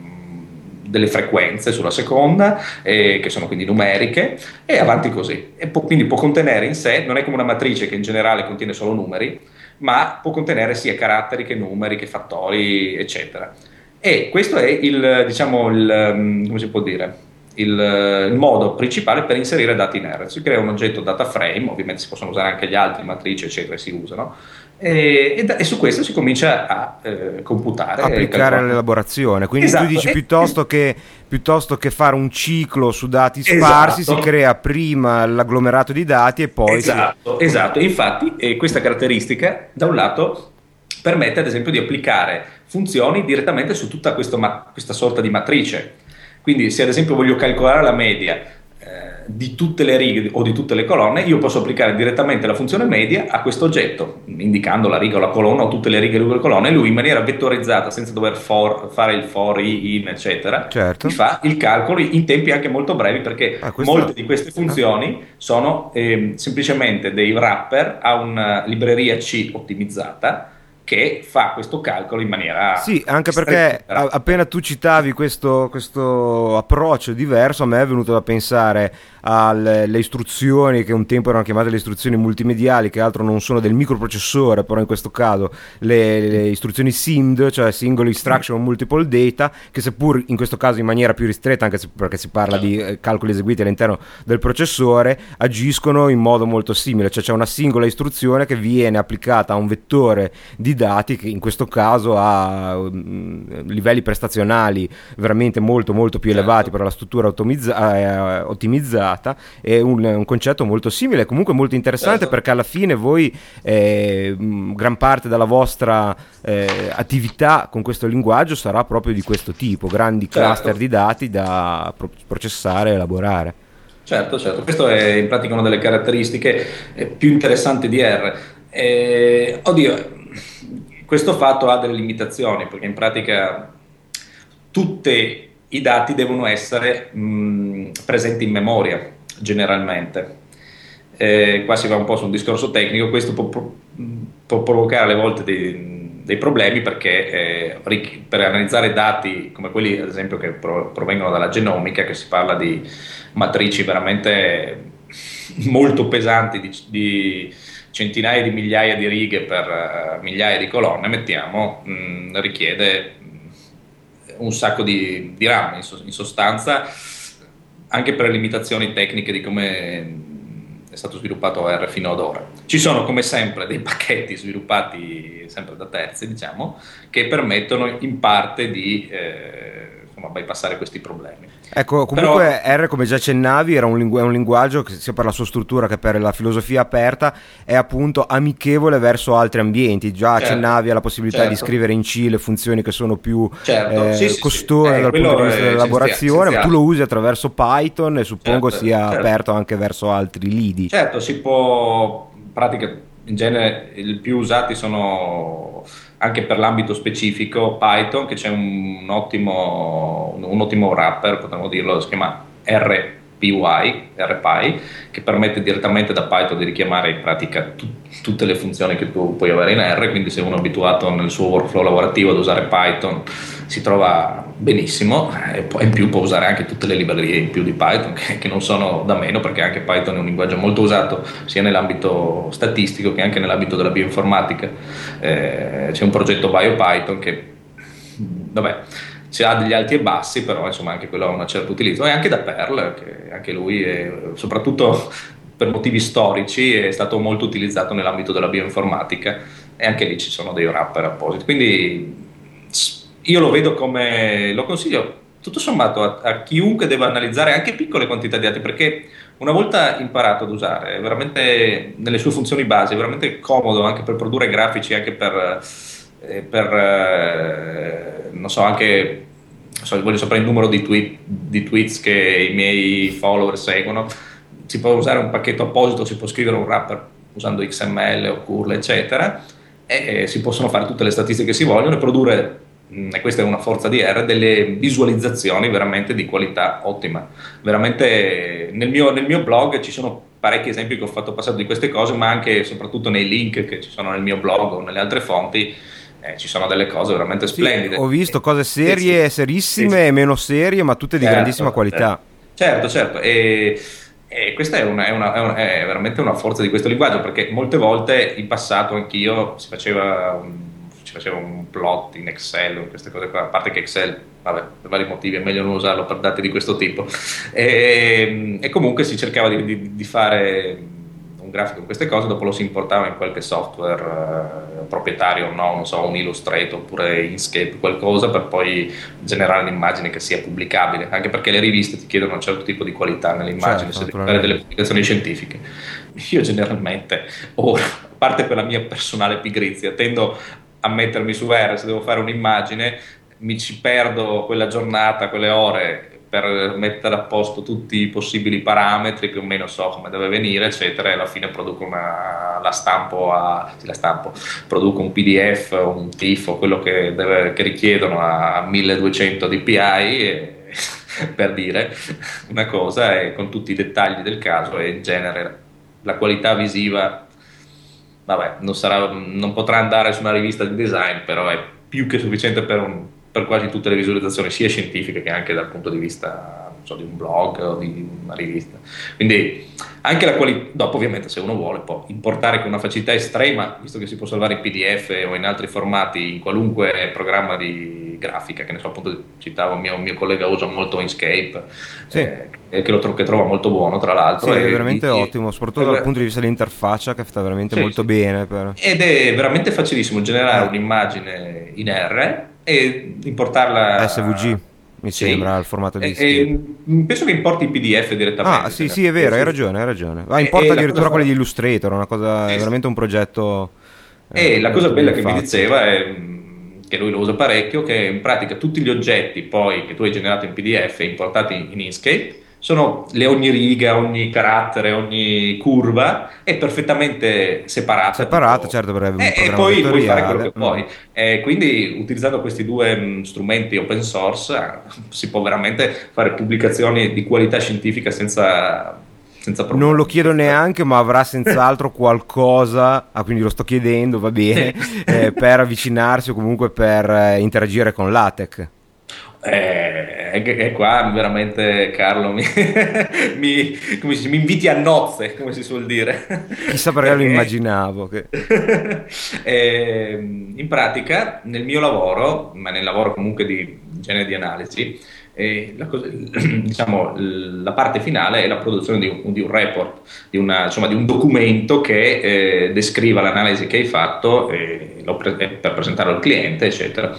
delle frequenze sulla seconda, eh, che sono quindi numeriche, e avanti così. E può, quindi può contenere in sé, non è come una matrice che in generale contiene solo numeri, ma può contenere sia caratteri che numeri, che fattori, eccetera. E questo è il, diciamo, il, come si può dire, Il, il modo principale per inserire dati in R. Si crea un oggetto data frame, ovviamente si possono usare anche gli altri, matrici eccetera, si usano, e, e, da, e su questo si comincia a eh, computare, applicare l'elaborazione. Quindi esatto. Tu dici piuttosto che, piuttosto che fare un ciclo su dati sparsi, esatto. Si crea prima l'agglomerato di dati e poi esatto, si... esatto. Infatti eh, questa caratteristica da un lato permette ad esempio di applicare funzioni direttamente su tutta questo ma- questa sorta di matrice. Quindi se ad esempio voglio calcolare la media eh, di tutte le righe o di tutte le colonne, io posso applicare direttamente la funzione media a questo oggetto, indicando la riga o la colonna o tutte le righe e le colonne, e lui in maniera vettorizzata, senza dover for, fare il for, i, in, eccetera, certo. mi fa il calcolo in tempi anche molto brevi, perché ah, molte di queste funzioni sono eh, semplicemente dei wrapper a una libreria C ottimizzata, che fa questo calcolo in maniera... Sì, anche perché a, appena tu citavi questo, questo approccio diverso, a me è venuto da pensare alle le istruzioni che un tempo erano chiamate le istruzioni multimediali, che altro non sono del microprocessore, però in questo caso le, le istruzioni S I M D, cioè Single Instruction Multiple Data, che seppur in questo caso in maniera più ristretta, anche se, perché si parla di eh, calcoli eseguiti all'interno del processore, agiscono in modo molto simile, cioè c'è una singola istruzione che viene applicata a un vettore di di dati che in questo caso ha um, livelli prestazionali veramente molto molto più certo. elevati per la struttura ottimizza- eh, ottimizzata. È un, un concetto molto simile, comunque molto interessante, certo. perché alla fine voi eh, gran parte della vostra eh, attività con questo linguaggio sarà proprio di questo tipo, grandi certo. cluster di dati da pro- processare e elaborare. Certo, certo, questo è in pratica una delle caratteristiche eh, più interessanti di R. Eh, oddio, questo fatto ha delle limitazioni, perché in pratica tutti i dati devono essere mh, presenti in memoria, generalmente. Eh, qua si va un po' su un discorso tecnico, questo può, può provocare alle volte dei, dei problemi, perché eh, per analizzare dati come quelli ad esempio che provengono dalla genomica, che si parla di matrici veramente molto pesanti, di, di centinaia di migliaia di righe per uh, migliaia di colonne, mettiamo, mh, richiede un sacco di, di RAM in, so, in sostanza, anche per le limitazioni tecniche di come è stato sviluppato R fino ad ora. Ci sono come sempre dei pacchetti sviluppati sempre da terzi, diciamo, che permettono in parte di eh, insomma, bypassare questi problemi. Ecco, comunque Però, R, come già accennavi, era un, lingu- è un linguaggio che sia per la sua struttura che per la filosofia aperta è appunto amichevole verso altri ambienti. Già certo, accennavi alla possibilità certo. di scrivere in C le funzioni che sono più certo. eh, sì, sì, costose sì. Eh, dal punto di vista è dell'elaborazione, ma tu lo usi attraverso Python e suppongo certo, sia certo. aperto anche verso altri lidi. Certo, si può, in pratica, in genere i più usati sono anche per l'ambito specifico Python, che c'è un ottimo, un ottimo wrapper, potremmo dirlo, si chiama R P Y, R P Y, che permette direttamente da Python di richiamare in pratica tu, tutte le funzioni che tu puoi avere in R, quindi se uno è abituato nel suo workflow lavorativo ad usare Python si trova benissimo, e poi in più può usare anche tutte le librerie in più di Python, che, che non sono da meno, perché anche Python è un linguaggio molto usato sia nell'ambito statistico che anche nell'ambito della bioinformatica. Eh, c'è un progetto BioPython che, vabbè, ha degli alti e bassi, però insomma anche quello ha un certo utilizzo, e anche da Perl, che anche lui è, soprattutto per motivi storici, è stato molto utilizzato nell'ambito della bioinformatica, e anche lì ci sono dei wrapper appositi, quindi io lo vedo come, lo consiglio tutto sommato a, a chiunque deve analizzare anche piccole quantità di dati, perché una volta imparato ad usare, veramente nelle sue funzioni base, è veramente comodo anche per produrre grafici, anche per per eh, non so, anche non so, voglio sapere il numero di, tweet, di tweets che i miei follower seguono, si può usare un pacchetto apposito, si può scrivere un wrapper usando X M L o curl eccetera, e, e si possono fare tutte le statistiche che si vogliono e produrre, e questa è una forza di R, delle visualizzazioni veramente di qualità ottima. Veramente nel mio, nel mio blog ci sono parecchi esempi che ho fatto passare di queste cose, ma anche e soprattutto nei link che ci sono nel mio blog o nelle altre fonti. Eh, ci sono delle cose veramente splendide. Sì, ho visto cose serie, sì, sì, serissime sì, sì. e meno serie, ma tutte di certo, grandissima qualità. Certo, certo. E, e questa è, una, è, una, è, una, è veramente una forza di questo linguaggio, perché molte volte in passato anch'io si faceva un, si faceva un plot in Excel, queste cose qua, a parte che Excel, vabbè, per vari motivi è meglio non usarlo per dati di questo tipo. E, e comunque si cercava di, di, di fare un grafico con queste cose, dopo lo si importava in qualche software eh, proprietario, no, non so, un Illustrator oppure Inkscape, qualcosa, per poi generare un'immagine che sia pubblicabile, anche perché le riviste ti chiedono un certo tipo di qualità nell'immagine, Certo, se devi fare delle pubblicazioni scientifiche. Io generalmente, ora, a parte per la mia personale pigrizia, tendo a mettermi su R, se devo fare un'immagine mi ci perdo quella giornata, quelle ore, per mettere a posto tutti i possibili parametri, più o meno so come deve venire, eccetera, e alla fine produco una, la stampo a, sì, la stampo, produco un P D F, un tifo, quello che, deve, che richiedono a milleduecento D P I, e, per dire una cosa, e con tutti i dettagli del caso, e in genere la qualità visiva, vabbè, non, sarà, non potrà andare su una rivista di design, però è più che sufficiente per un per quasi tutte le visualizzazioni, sia scientifiche che anche dal punto di vista so, di un blog o di una rivista. Quindi anche la qualità, dopo ovviamente se uno vuole può importare con una facilità estrema, visto che si può salvare in P D F o in altri formati in qualunque programma di grafica, che ne so, appunto citavo, un mio, mio collega usa molto Inkscape, sì. eh, che, lo, che trova molto buono tra l'altro. Sì, e, è veramente e, ottimo, soprattutto e, dal punto di vista dell'interfaccia, che sta veramente sì, molto sì. bene. Per... Ed è veramente facilissimo generare eh. un'immagine in R e importarla S V G. Mi sì. sembra il formato di e, e, penso che importi i P D F direttamente. Ah sì sì è vero, hai ragione, hai ragione. Ah, importa e, addirittura cosa... quelli di Illustrator, una cosa, sì, è veramente un progetto eh, e la cosa bella che fatto. mi diceva è che lui lo usa parecchio, che in pratica tutti gli oggetti poi che tu hai generato in P D F e importati in Inkscape sono le, ogni riga, ogni carattere, ogni curva è perfettamente separata. Separata, tipo, certo, per un eh, e poi puoi fare quello che vuoi. Mm. Eh, quindi utilizzando questi due mh, strumenti open source eh, si può veramente fare pubblicazioni di qualità scientifica senza, senza problemi. Non lo chiedo neanche, ma avrà senz'altro qualcosa, ah, quindi lo sto chiedendo, va bene, eh, per avvicinarsi o comunque per eh, interagire con LaTeX. Eh, e qua veramente Carlo mi, mi, come si, mi inviti a nozze, come si suol dire. Chissà perché lo immaginavo che... eh, in pratica nel mio lavoro, ma nel lavoro comunque di genere di analisi, eh, la, cosa, diciamo, la parte finale è la produzione di un, di un report, di, una, insomma, di un documento che eh, descriva l'analisi che hai fatto eh, lo pre- per presentarlo al cliente, eccetera.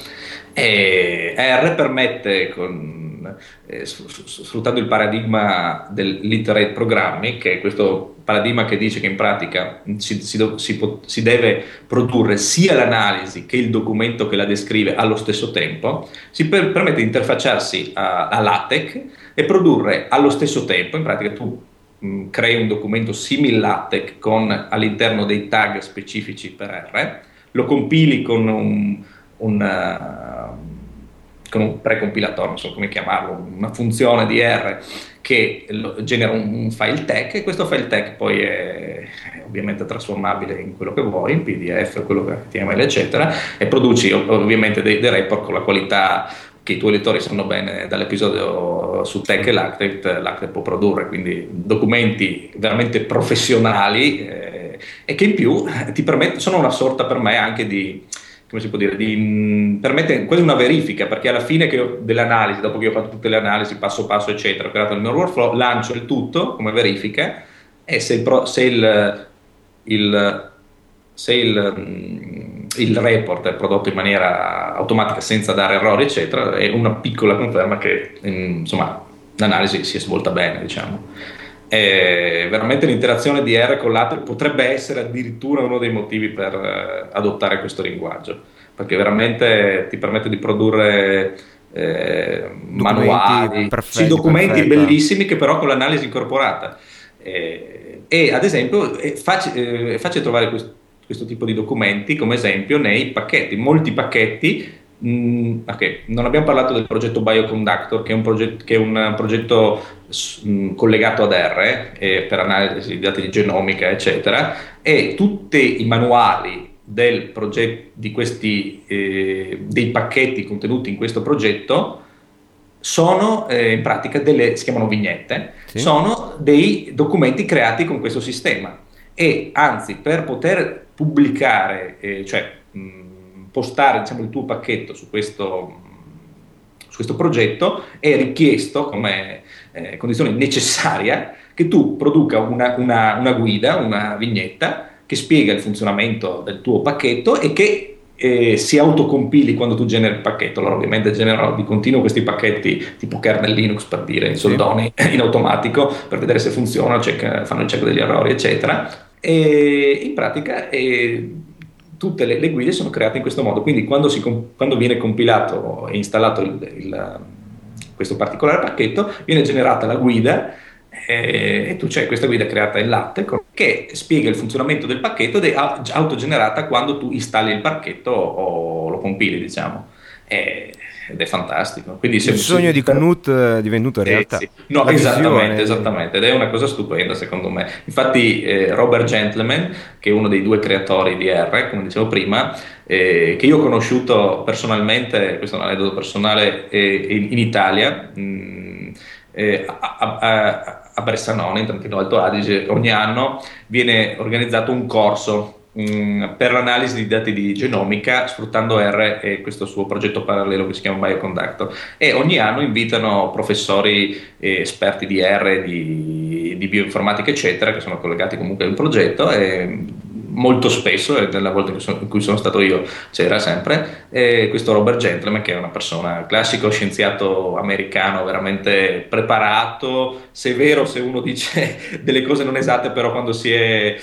E R permette, con, eh, sfruttando il paradigma del literate programming, che è questo paradigma che dice che in pratica si, si, si, si deve produrre sia l'analisi che il documento che la descrive allo stesso tempo, si per, permette di interfacciarsi a, a LaTeX e produrre allo stesso tempo, in pratica tu mh, crei un documento simil LaTeX con all'interno dei tag specifici per R, lo compili con un Un, uh, con un precompilatore, non so come chiamarlo, una funzione di R che lo, genera un, un file tag e questo file tag poi è, è ovviamente trasformabile in quello che vuoi, in P D F, quello che H T M L eccetera, e produci ovviamente dei, dei report con la qualità che i tuoi lettori sanno bene dall'episodio su Tech e LaTeX, LaTeX può produrre, quindi documenti veramente professionali eh, e che in più ti permettono, sono una sorta per me anche di, come si può dire, di mh, permette quasi una verifica, perché alla fine che io, dell'analisi, dopo che ho fatto tutte le analisi passo passo eccetera, ho creato il mio workflow, lancio il tutto come verifica e se il, pro, se il, il, se il, mh, il report è prodotto in maniera automatica senza dare errori eccetera, è una piccola conferma che mh, insomma l'analisi si è svolta bene, diciamo. E veramente l'interazione di R con LaTeX potrebbe essere addirittura uno dei motivi per eh, adottare questo linguaggio, perché veramente ti permette di produrre eh, manuali, perfetti, sì, documenti perfetta. bellissimi che però con l'analisi incorporata e, e ad esempio è facile, è facile trovare questo, questo tipo di documenti come esempio nei pacchetti, molti pacchetti. Mm, ok, non abbiamo parlato del progetto Bioconductor, che è un progetto, che è un progetto mh, collegato ad R eh, per analisi di dati di genomica, eccetera, e tutti i manuali del progetto di questi eh, dei pacchetti contenuti in questo progetto sono eh, in pratica delle, si chiamano vignette, sì. Sono dei documenti creati con questo sistema e anzi per poter pubblicare, eh, cioè mh, postare diciamo, il tuo pacchetto su questo, su questo progetto è richiesto come eh, condizione necessaria che tu produca una, una, una guida, una vignetta che spiega il funzionamento del tuo pacchetto e che eh, si autocompili quando tu generi il pacchetto. Allora ovviamente generano di continuo questi pacchetti tipo kernel Linux per dire in soldoni sì. in automatico per vedere se funzionano, check, fanno il check degli errori eccetera e in pratica eh, tutte le, le guide sono create in questo modo, quindi quando, si, quando viene compilato e installato il, il, questo particolare pacchetto viene generata la guida e, e tu c'hai questa guida creata in LaTeX che spiega il funzionamento del pacchetto ed è autogenerata quando tu installi il pacchetto o lo compili diciamo e, ed è fantastico. Quindi il sogno di Knut è divenuto realtà. Sì, sì. No, la esattamente, visione... esattamente, ed è una cosa stupenda secondo me. Infatti eh, Robert Gentleman, che è uno dei due creatori di R, come dicevo prima, eh, che io ho conosciuto personalmente, questo è un aneddoto personale, eh, in, in Italia, mh, eh, a, a, a Bressanone, in Trentino Alto Adige, ogni anno viene organizzato un corso mh, per l'analisi di dati di genomica sfruttando R e questo suo progetto parallelo che si chiama Bioconductor, e ogni anno invitano professori e esperti di R, di, di bioinformatica eccetera, che sono collegati comunque al progetto, e molto spesso, e nella volta in cui, sono, in cui sono stato io c'era sempre, eh, questo Robert Gentleman, che è una persona, classico scienziato americano, veramente preparato, severo se uno dice delle cose non esatte, però quando si è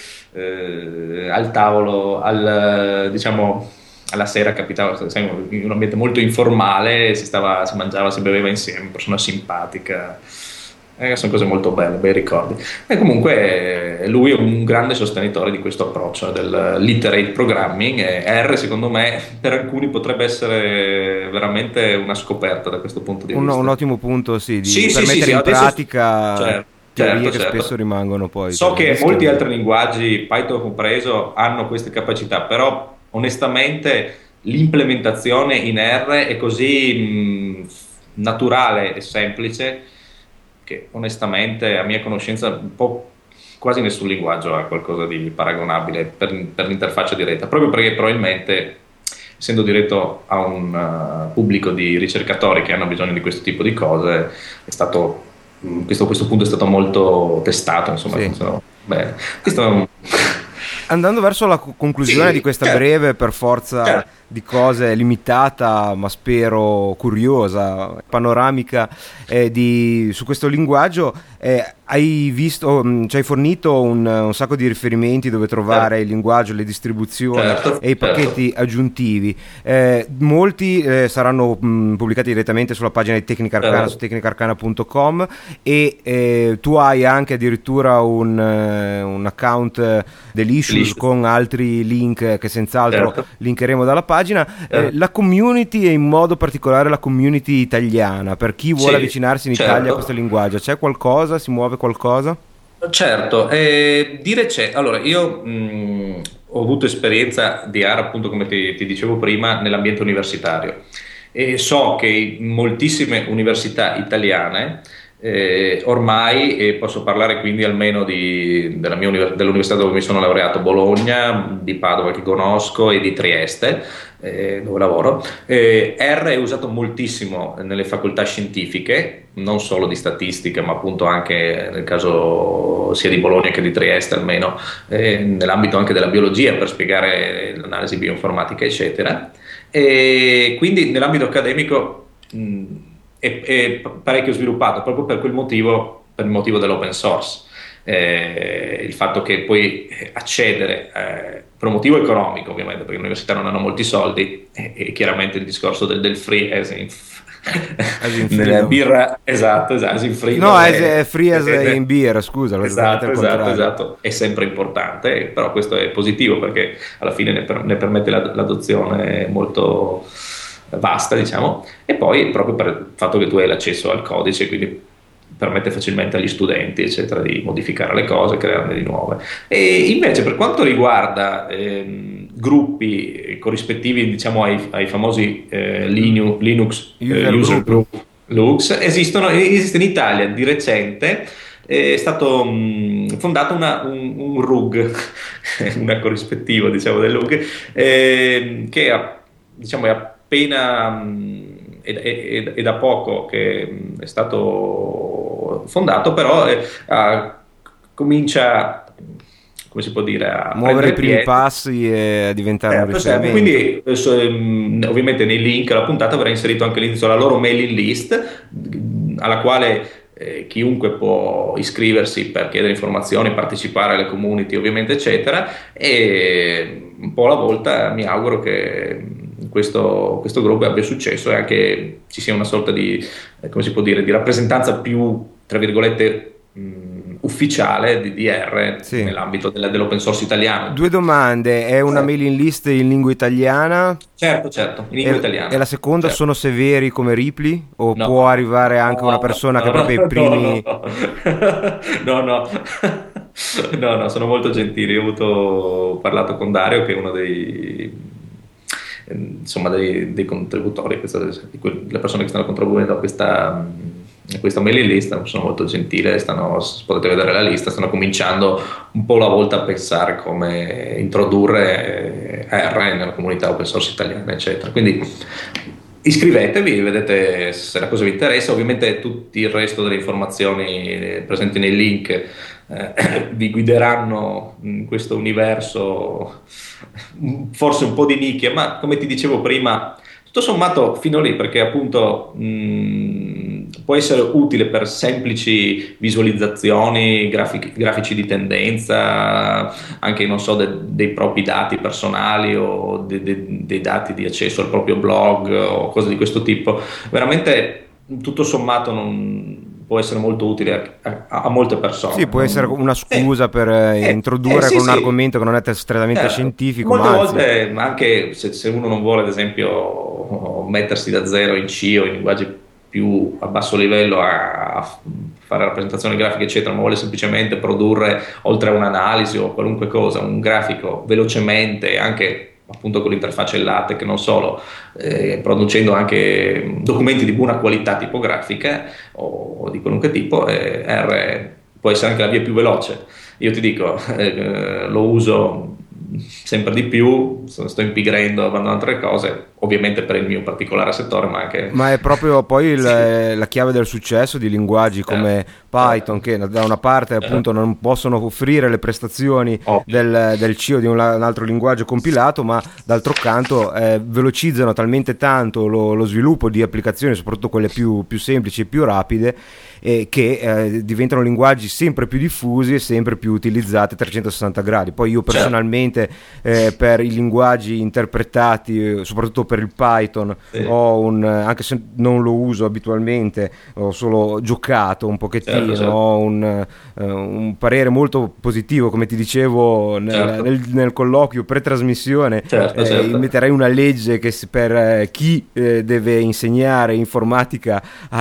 eh, al tavolo, al, diciamo, alla sera capitava, sai, in un ambiente molto informale, si, stava, si mangiava, si beveva insieme, persona simpatica. Eh, sono cose molto belle, bei ricordi. E comunque eh, lui è un grande sostenitore di questo approccio del literate programming, e R secondo me per alcuni potrebbe essere veramente una scoperta da questo punto di un, vista. un ottimo punto, sì, di Sì, per sì, mettere sì, in adesso- pratica certo, teorie certo, che certo. spesso rimangono poi So che visto- molti altri linguaggi, Python compreso, hanno queste capacità, però onestamente l'implementazione in R è così mh, naturale e semplice che onestamente a mia conoscenza un po' quasi nessun linguaggio ha qualcosa di paragonabile per, per l'interfaccia diretta, proprio perché probabilmente essendo diretto a un uh, pubblico di ricercatori che hanno bisogno di questo tipo di cose, è stato mh, questo, questo punto è stato molto testato, insomma, Sì. funziona bene. Questo è un... Andando verso la co- conclusione Sì, di questa certo. breve, per forza Certo. di cose, limitata ma spero curiosa, panoramica eh, di, su questo linguaggio, eh, hai visto, mh, ci hai fornito un, un sacco di riferimenti dove trovare Certo. il linguaggio, le distribuzioni Certo, e i certo. pacchetti aggiuntivi. Eh, molti eh, saranno mh, pubblicati direttamente sulla pagina di Tecnica Arcana, Certo. su tecnica arcana punto com, e eh, tu hai anche addirittura un, eh, un account eh, dell'Issues Delicious. con altri link che senz'altro Certo. linkeremo dalla pagina. Certo. Eh, la community, e in modo particolare la community italiana, per chi vuole Sì, avvicinarsi in certo. Italia a questo linguaggio, c'è qualcosa? Si muove qualcosa? Certo, eh, di recente, allora io mh, ho avuto esperienza di R, appunto come ti, ti dicevo prima, nell'ambiente universitario, e so che in moltissime università italiane eh, ormai, e posso parlare quindi almeno di, della mia univers- dell'università dove mi sono laureato, Bologna, di Padova che conosco e di Trieste, eh, dove lavoro, eh, R è usato moltissimo nelle facoltà scientifiche, non solo di statistica, ma appunto anche nel caso sia di Bologna che di Trieste almeno, eh, nell'ambito anche della biologia per spiegare l'analisi bioinformatica, eccetera. E quindi nell'ambito accademico mh, è, è parecchio sviluppato proprio per quel motivo, per il motivo dell'open source. Eh, il fatto che puoi accedere eh, per un motivo economico, ovviamente, perché le università non hanno molti soldi, e, e chiaramente il discorso del, del free as in, As in nella freedom. birra, esatto, esatto, as in free, No, è, as, è free as è- in beer, scusa, l'ho esatto, esattamente al esatto, contrario. esatto, è sempre importante, però questo è positivo perché alla fine ne, per- ne permette la- l'adozione molto vasta, diciamo, e poi proprio per il fatto che tu hai l'accesso al codice, quindi permette facilmente agli studenti, eccetera, di modificare le cose, crearne di nuove. E invece per quanto riguarda ehm, gruppi corrispettivi, diciamo, ai, ai famosi eh, Linux, Linux eh, User user group. group, Lux, esistono, esiste in Italia di recente, è stato mh, fondato una- un, un R U G, una corrispettiva, diciamo, del R U G, eh, che ha- diciamo, è appena mh, è, è- è da poco che mh, è stato fondato, però eh, ha- comincia, come si può dire, a Muovere i prendere primi piede. passi e a diventare un Certo, certo. riferimento. Quindi eh, so- ehm, ovviamente nei link alla puntata verrà inserito anche l'indirizzo alla loro mailing list, mh, alla quale eh, chiunque può iscriversi per chiedere informazioni, partecipare alle community ovviamente eccetera, e un po' alla volta mi auguro che mh, questo, questo gruppo abbia successo e anche ci sia una sorta di, eh, come si può dire, di rappresentanza più, tra virgolette, mh, ufficiale di D R Sì. nell'ambito della- dell'open source italiano. Due domande: è una Sì. mailing list in lingua italiana? Certo, certo, in lingua E, italiana. e la seconda, Certo. sono severi come Ripley? O No. può arrivare anche No, una persona no, che proprio no, i primi... no, no, no, no, no, sono molto gentili. Ho avuto, ho parlato con Dario, che è uno dei, insomma, dei, dei contributori, questa- di que- le persone che stanno contribuendo a questa, questa mailing list, sono molto gentile, stanno, potete vedere la lista, stanno cominciando un po' alla volta a pensare come introdurre R nella comunità open source italiana, eccetera. Quindi iscrivetevi, vedete se la cosa vi interessa. Ovviamente tutto il resto delle informazioni presenti nei link eh, vi guideranno in questo universo forse un po' di nicchia, ma come ti dicevo prima, tutto sommato fino lì, perché appunto mh, può essere utile per semplici visualizzazioni, grafici, grafici di tendenza, anche non so, de, dei propri dati personali o de, de, dei dati di accesso al proprio blog o cose di questo tipo. Veramente tutto sommato non può essere molto utile a, a, a molte persone. Sì, può essere una scusa eh, per eh, introdurre eh, sì, con un sì. argomento che non è strettamente certo. scientifico. Molte ma volte, ma anche se, se uno non vuole, ad esempio, mettersi da zero in C o in linguaggi più a basso livello a, a fare rappresentazioni grafiche, eccetera, ma vuole semplicemente produrre, oltre a un'analisi o qualunque cosa, un grafico velocemente, anche appunto con l'interfaccia in LaTeX, non solo, eh, producendo anche documenti di buona qualità tipografica o, o di qualunque tipo, eh, R può essere anche la via più veloce. Io ti dico, eh, lo uso sempre di più, sto impigrendo, abbandonando altre cose, ovviamente per il mio particolare settore, ma anche... Ma è proprio poi il, sì. la chiave del successo di linguaggi come eh, Python, eh, che da una parte appunto eh. non possono offrire le prestazioni oh. del, del C o di un, un altro linguaggio compilato, ma d'altro canto eh, velocizzano talmente tanto lo, lo sviluppo di applicazioni, soprattutto quelle più, più semplici e più rapide, eh, che eh, diventano linguaggi sempre più diffusi e sempre più utilizzati a trecentosessanta gradi. Poi io personalmente eh, per i linguaggi interpretati, soprattutto per il Python, sì. ho un, anche se non lo uso abitualmente, ho solo giocato un pochettino, certo, certo. ho un, uh, un parere molto positivo, come ti dicevo nel, certo. nel, nel colloquio pre-trasmissione, certo, eh, certo. metterei una legge che per eh, chi eh, deve insegnare informatica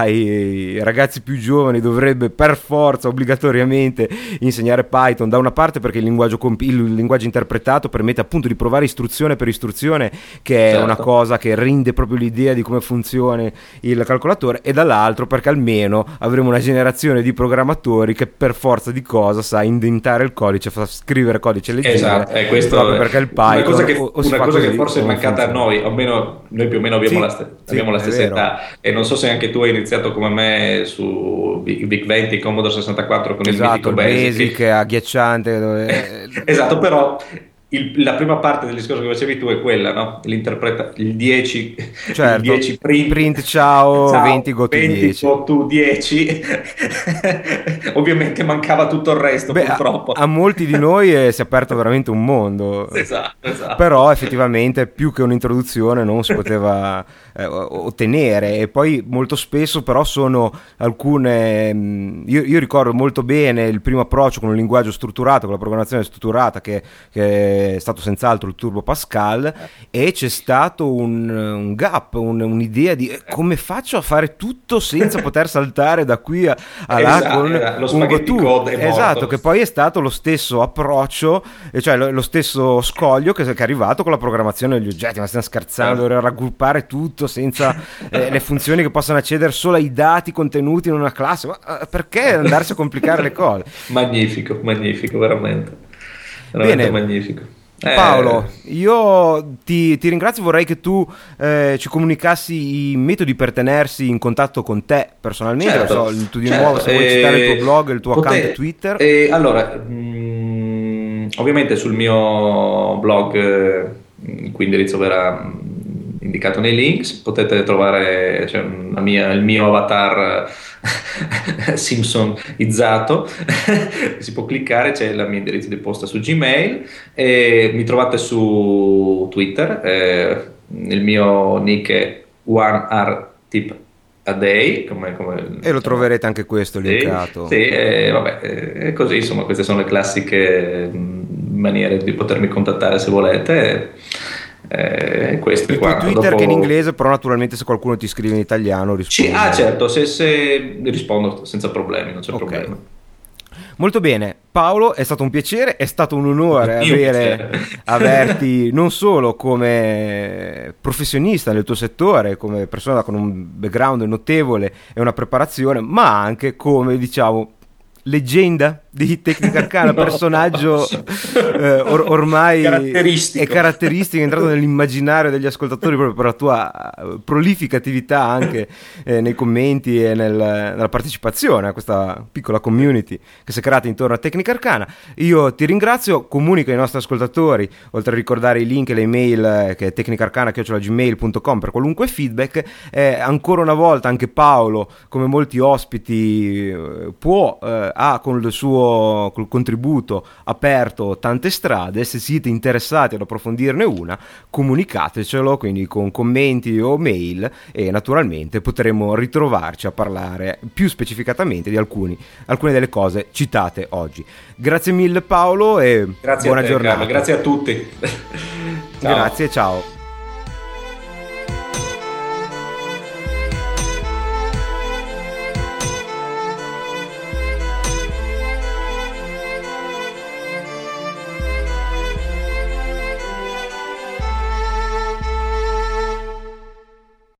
ai ragazzi più giovani dovrebbe per forza obbligatoriamente insegnare Python, da una parte perché il linguaggio, comp- il linguaggio interpretato permette appunto di provare istruzione per istruzione, che è certo. una cosa che rende proprio l'idea di come funziona il calcolatore, e dall'altro perché almeno avremo una generazione di programmatori che per forza di cosa sa indentare il codice, fa scrivere codice leggibile, esatto, è questo proprio perché il Python una cosa che, o, o una cosa così, che forse è mancata a noi, almeno noi più o meno abbiamo sì, la, st- sì, abbiamo la stessa età, e non so se anche tu hai iniziato come me su VIC venti, Commodore sessantaquattro con esatto, il mitico Basic, Basic agghiacciante dove... esatto, però Il, la prima parte del discorso che facevi tu è quella, no? L'interpreta, il dieci, certo. il dieci print, print ciao, ciao venti go to dieci. Go to dieci. Ovviamente mancava tutto il resto. Beh, purtroppo. A, a molti di noi è, si è aperto veramente un mondo. Esatto, esatto. Però effettivamente più che un'introduzione non si poteva eh, ottenere, e poi molto spesso però sono alcune... Io, io ricordo molto bene il primo approccio con un linguaggio strutturato, con la programmazione strutturata, che, che è stato senz'altro il Turbo Pascal, e c'è stato un, un gap, un, un'idea di come faccio a fare tutto senza poter saltare da qui a, a là esatto, con lo spaghetti code è esatto, morto. Che poi è stato lo stesso approccio, cioè lo, lo stesso scoglio che, che è arrivato con la programmazione degli oggetti. Ma stiamo scherzando, eh. raggruppare tutto senza eh, le funzioni che possono accedere solo ai dati contenuti in una classe, ma eh, perché andarsi a complicare le cose? Magnifico, magnifico, veramente. Veramente Bene, magnifico. Eh. Paolo, io ti, ti ringrazio, vorrei che tu eh, ci comunicassi i metodi per tenersi in contatto con te personalmente, certo, so, tu di certo. nuovo se vuoi eh, citare il tuo blog, il tuo poter, account Twitter. Eh, allora, mh, ovviamente sul mio blog, il cui indirizzo verrà indicato nei links, potete trovare cioè, la mia, il mio avatar Simpsonizzato, si può cliccare, c'è il mio indirizzo di posta su Gmail, e mi trovate su Twitter, eh, il mio nick è one r tip a day, come, come, e lo troverete anche questo sì, linkato. Sì, eh, vabbè, è così, insomma, queste sono le classiche maniere di potermi contattare se volete. Eh, il tuo Twitter dopo... che è in inglese, però naturalmente se qualcuno ti scrive in italiano rispondi. Ah certo, se, se rispondo senza problemi, non c'è okay. problema. Molto bene, Paolo, è stato un piacere, è stato un onore avere, averti non solo come professionista nel tuo settore, come persona con un background notevole e una preparazione, ma anche come, diciamo, leggenda di Tecnica Arcana, no. personaggio eh, or- ormai caratteristico. è caratteristico, è entrato nell'immaginario degli ascoltatori proprio per la tua prolifica attività anche eh, nei commenti e nel, nella partecipazione a questa piccola community che si è creata intorno a Tecnica Arcana. Io ti ringrazio, comunico ai nostri ascoltatori, oltre a ricordare i link e le email eh, che è tecnicarcana chiocciola gmail punto com per qualunque feedback, eh, ancora una volta anche Paolo, come molti ospiti, eh, può eh, ha con il suo col contributo aperto tante strade. Se siete interessati ad approfondirne una, comunicatecelo, quindi con commenti o mail, e naturalmente potremo ritrovarci a parlare più specificatamente di alcuni, alcune delle cose citate oggi. Grazie mille Paolo e grazie buona a te, giornata. Carlo, grazie a tutti. Ciao. Grazie, ciao.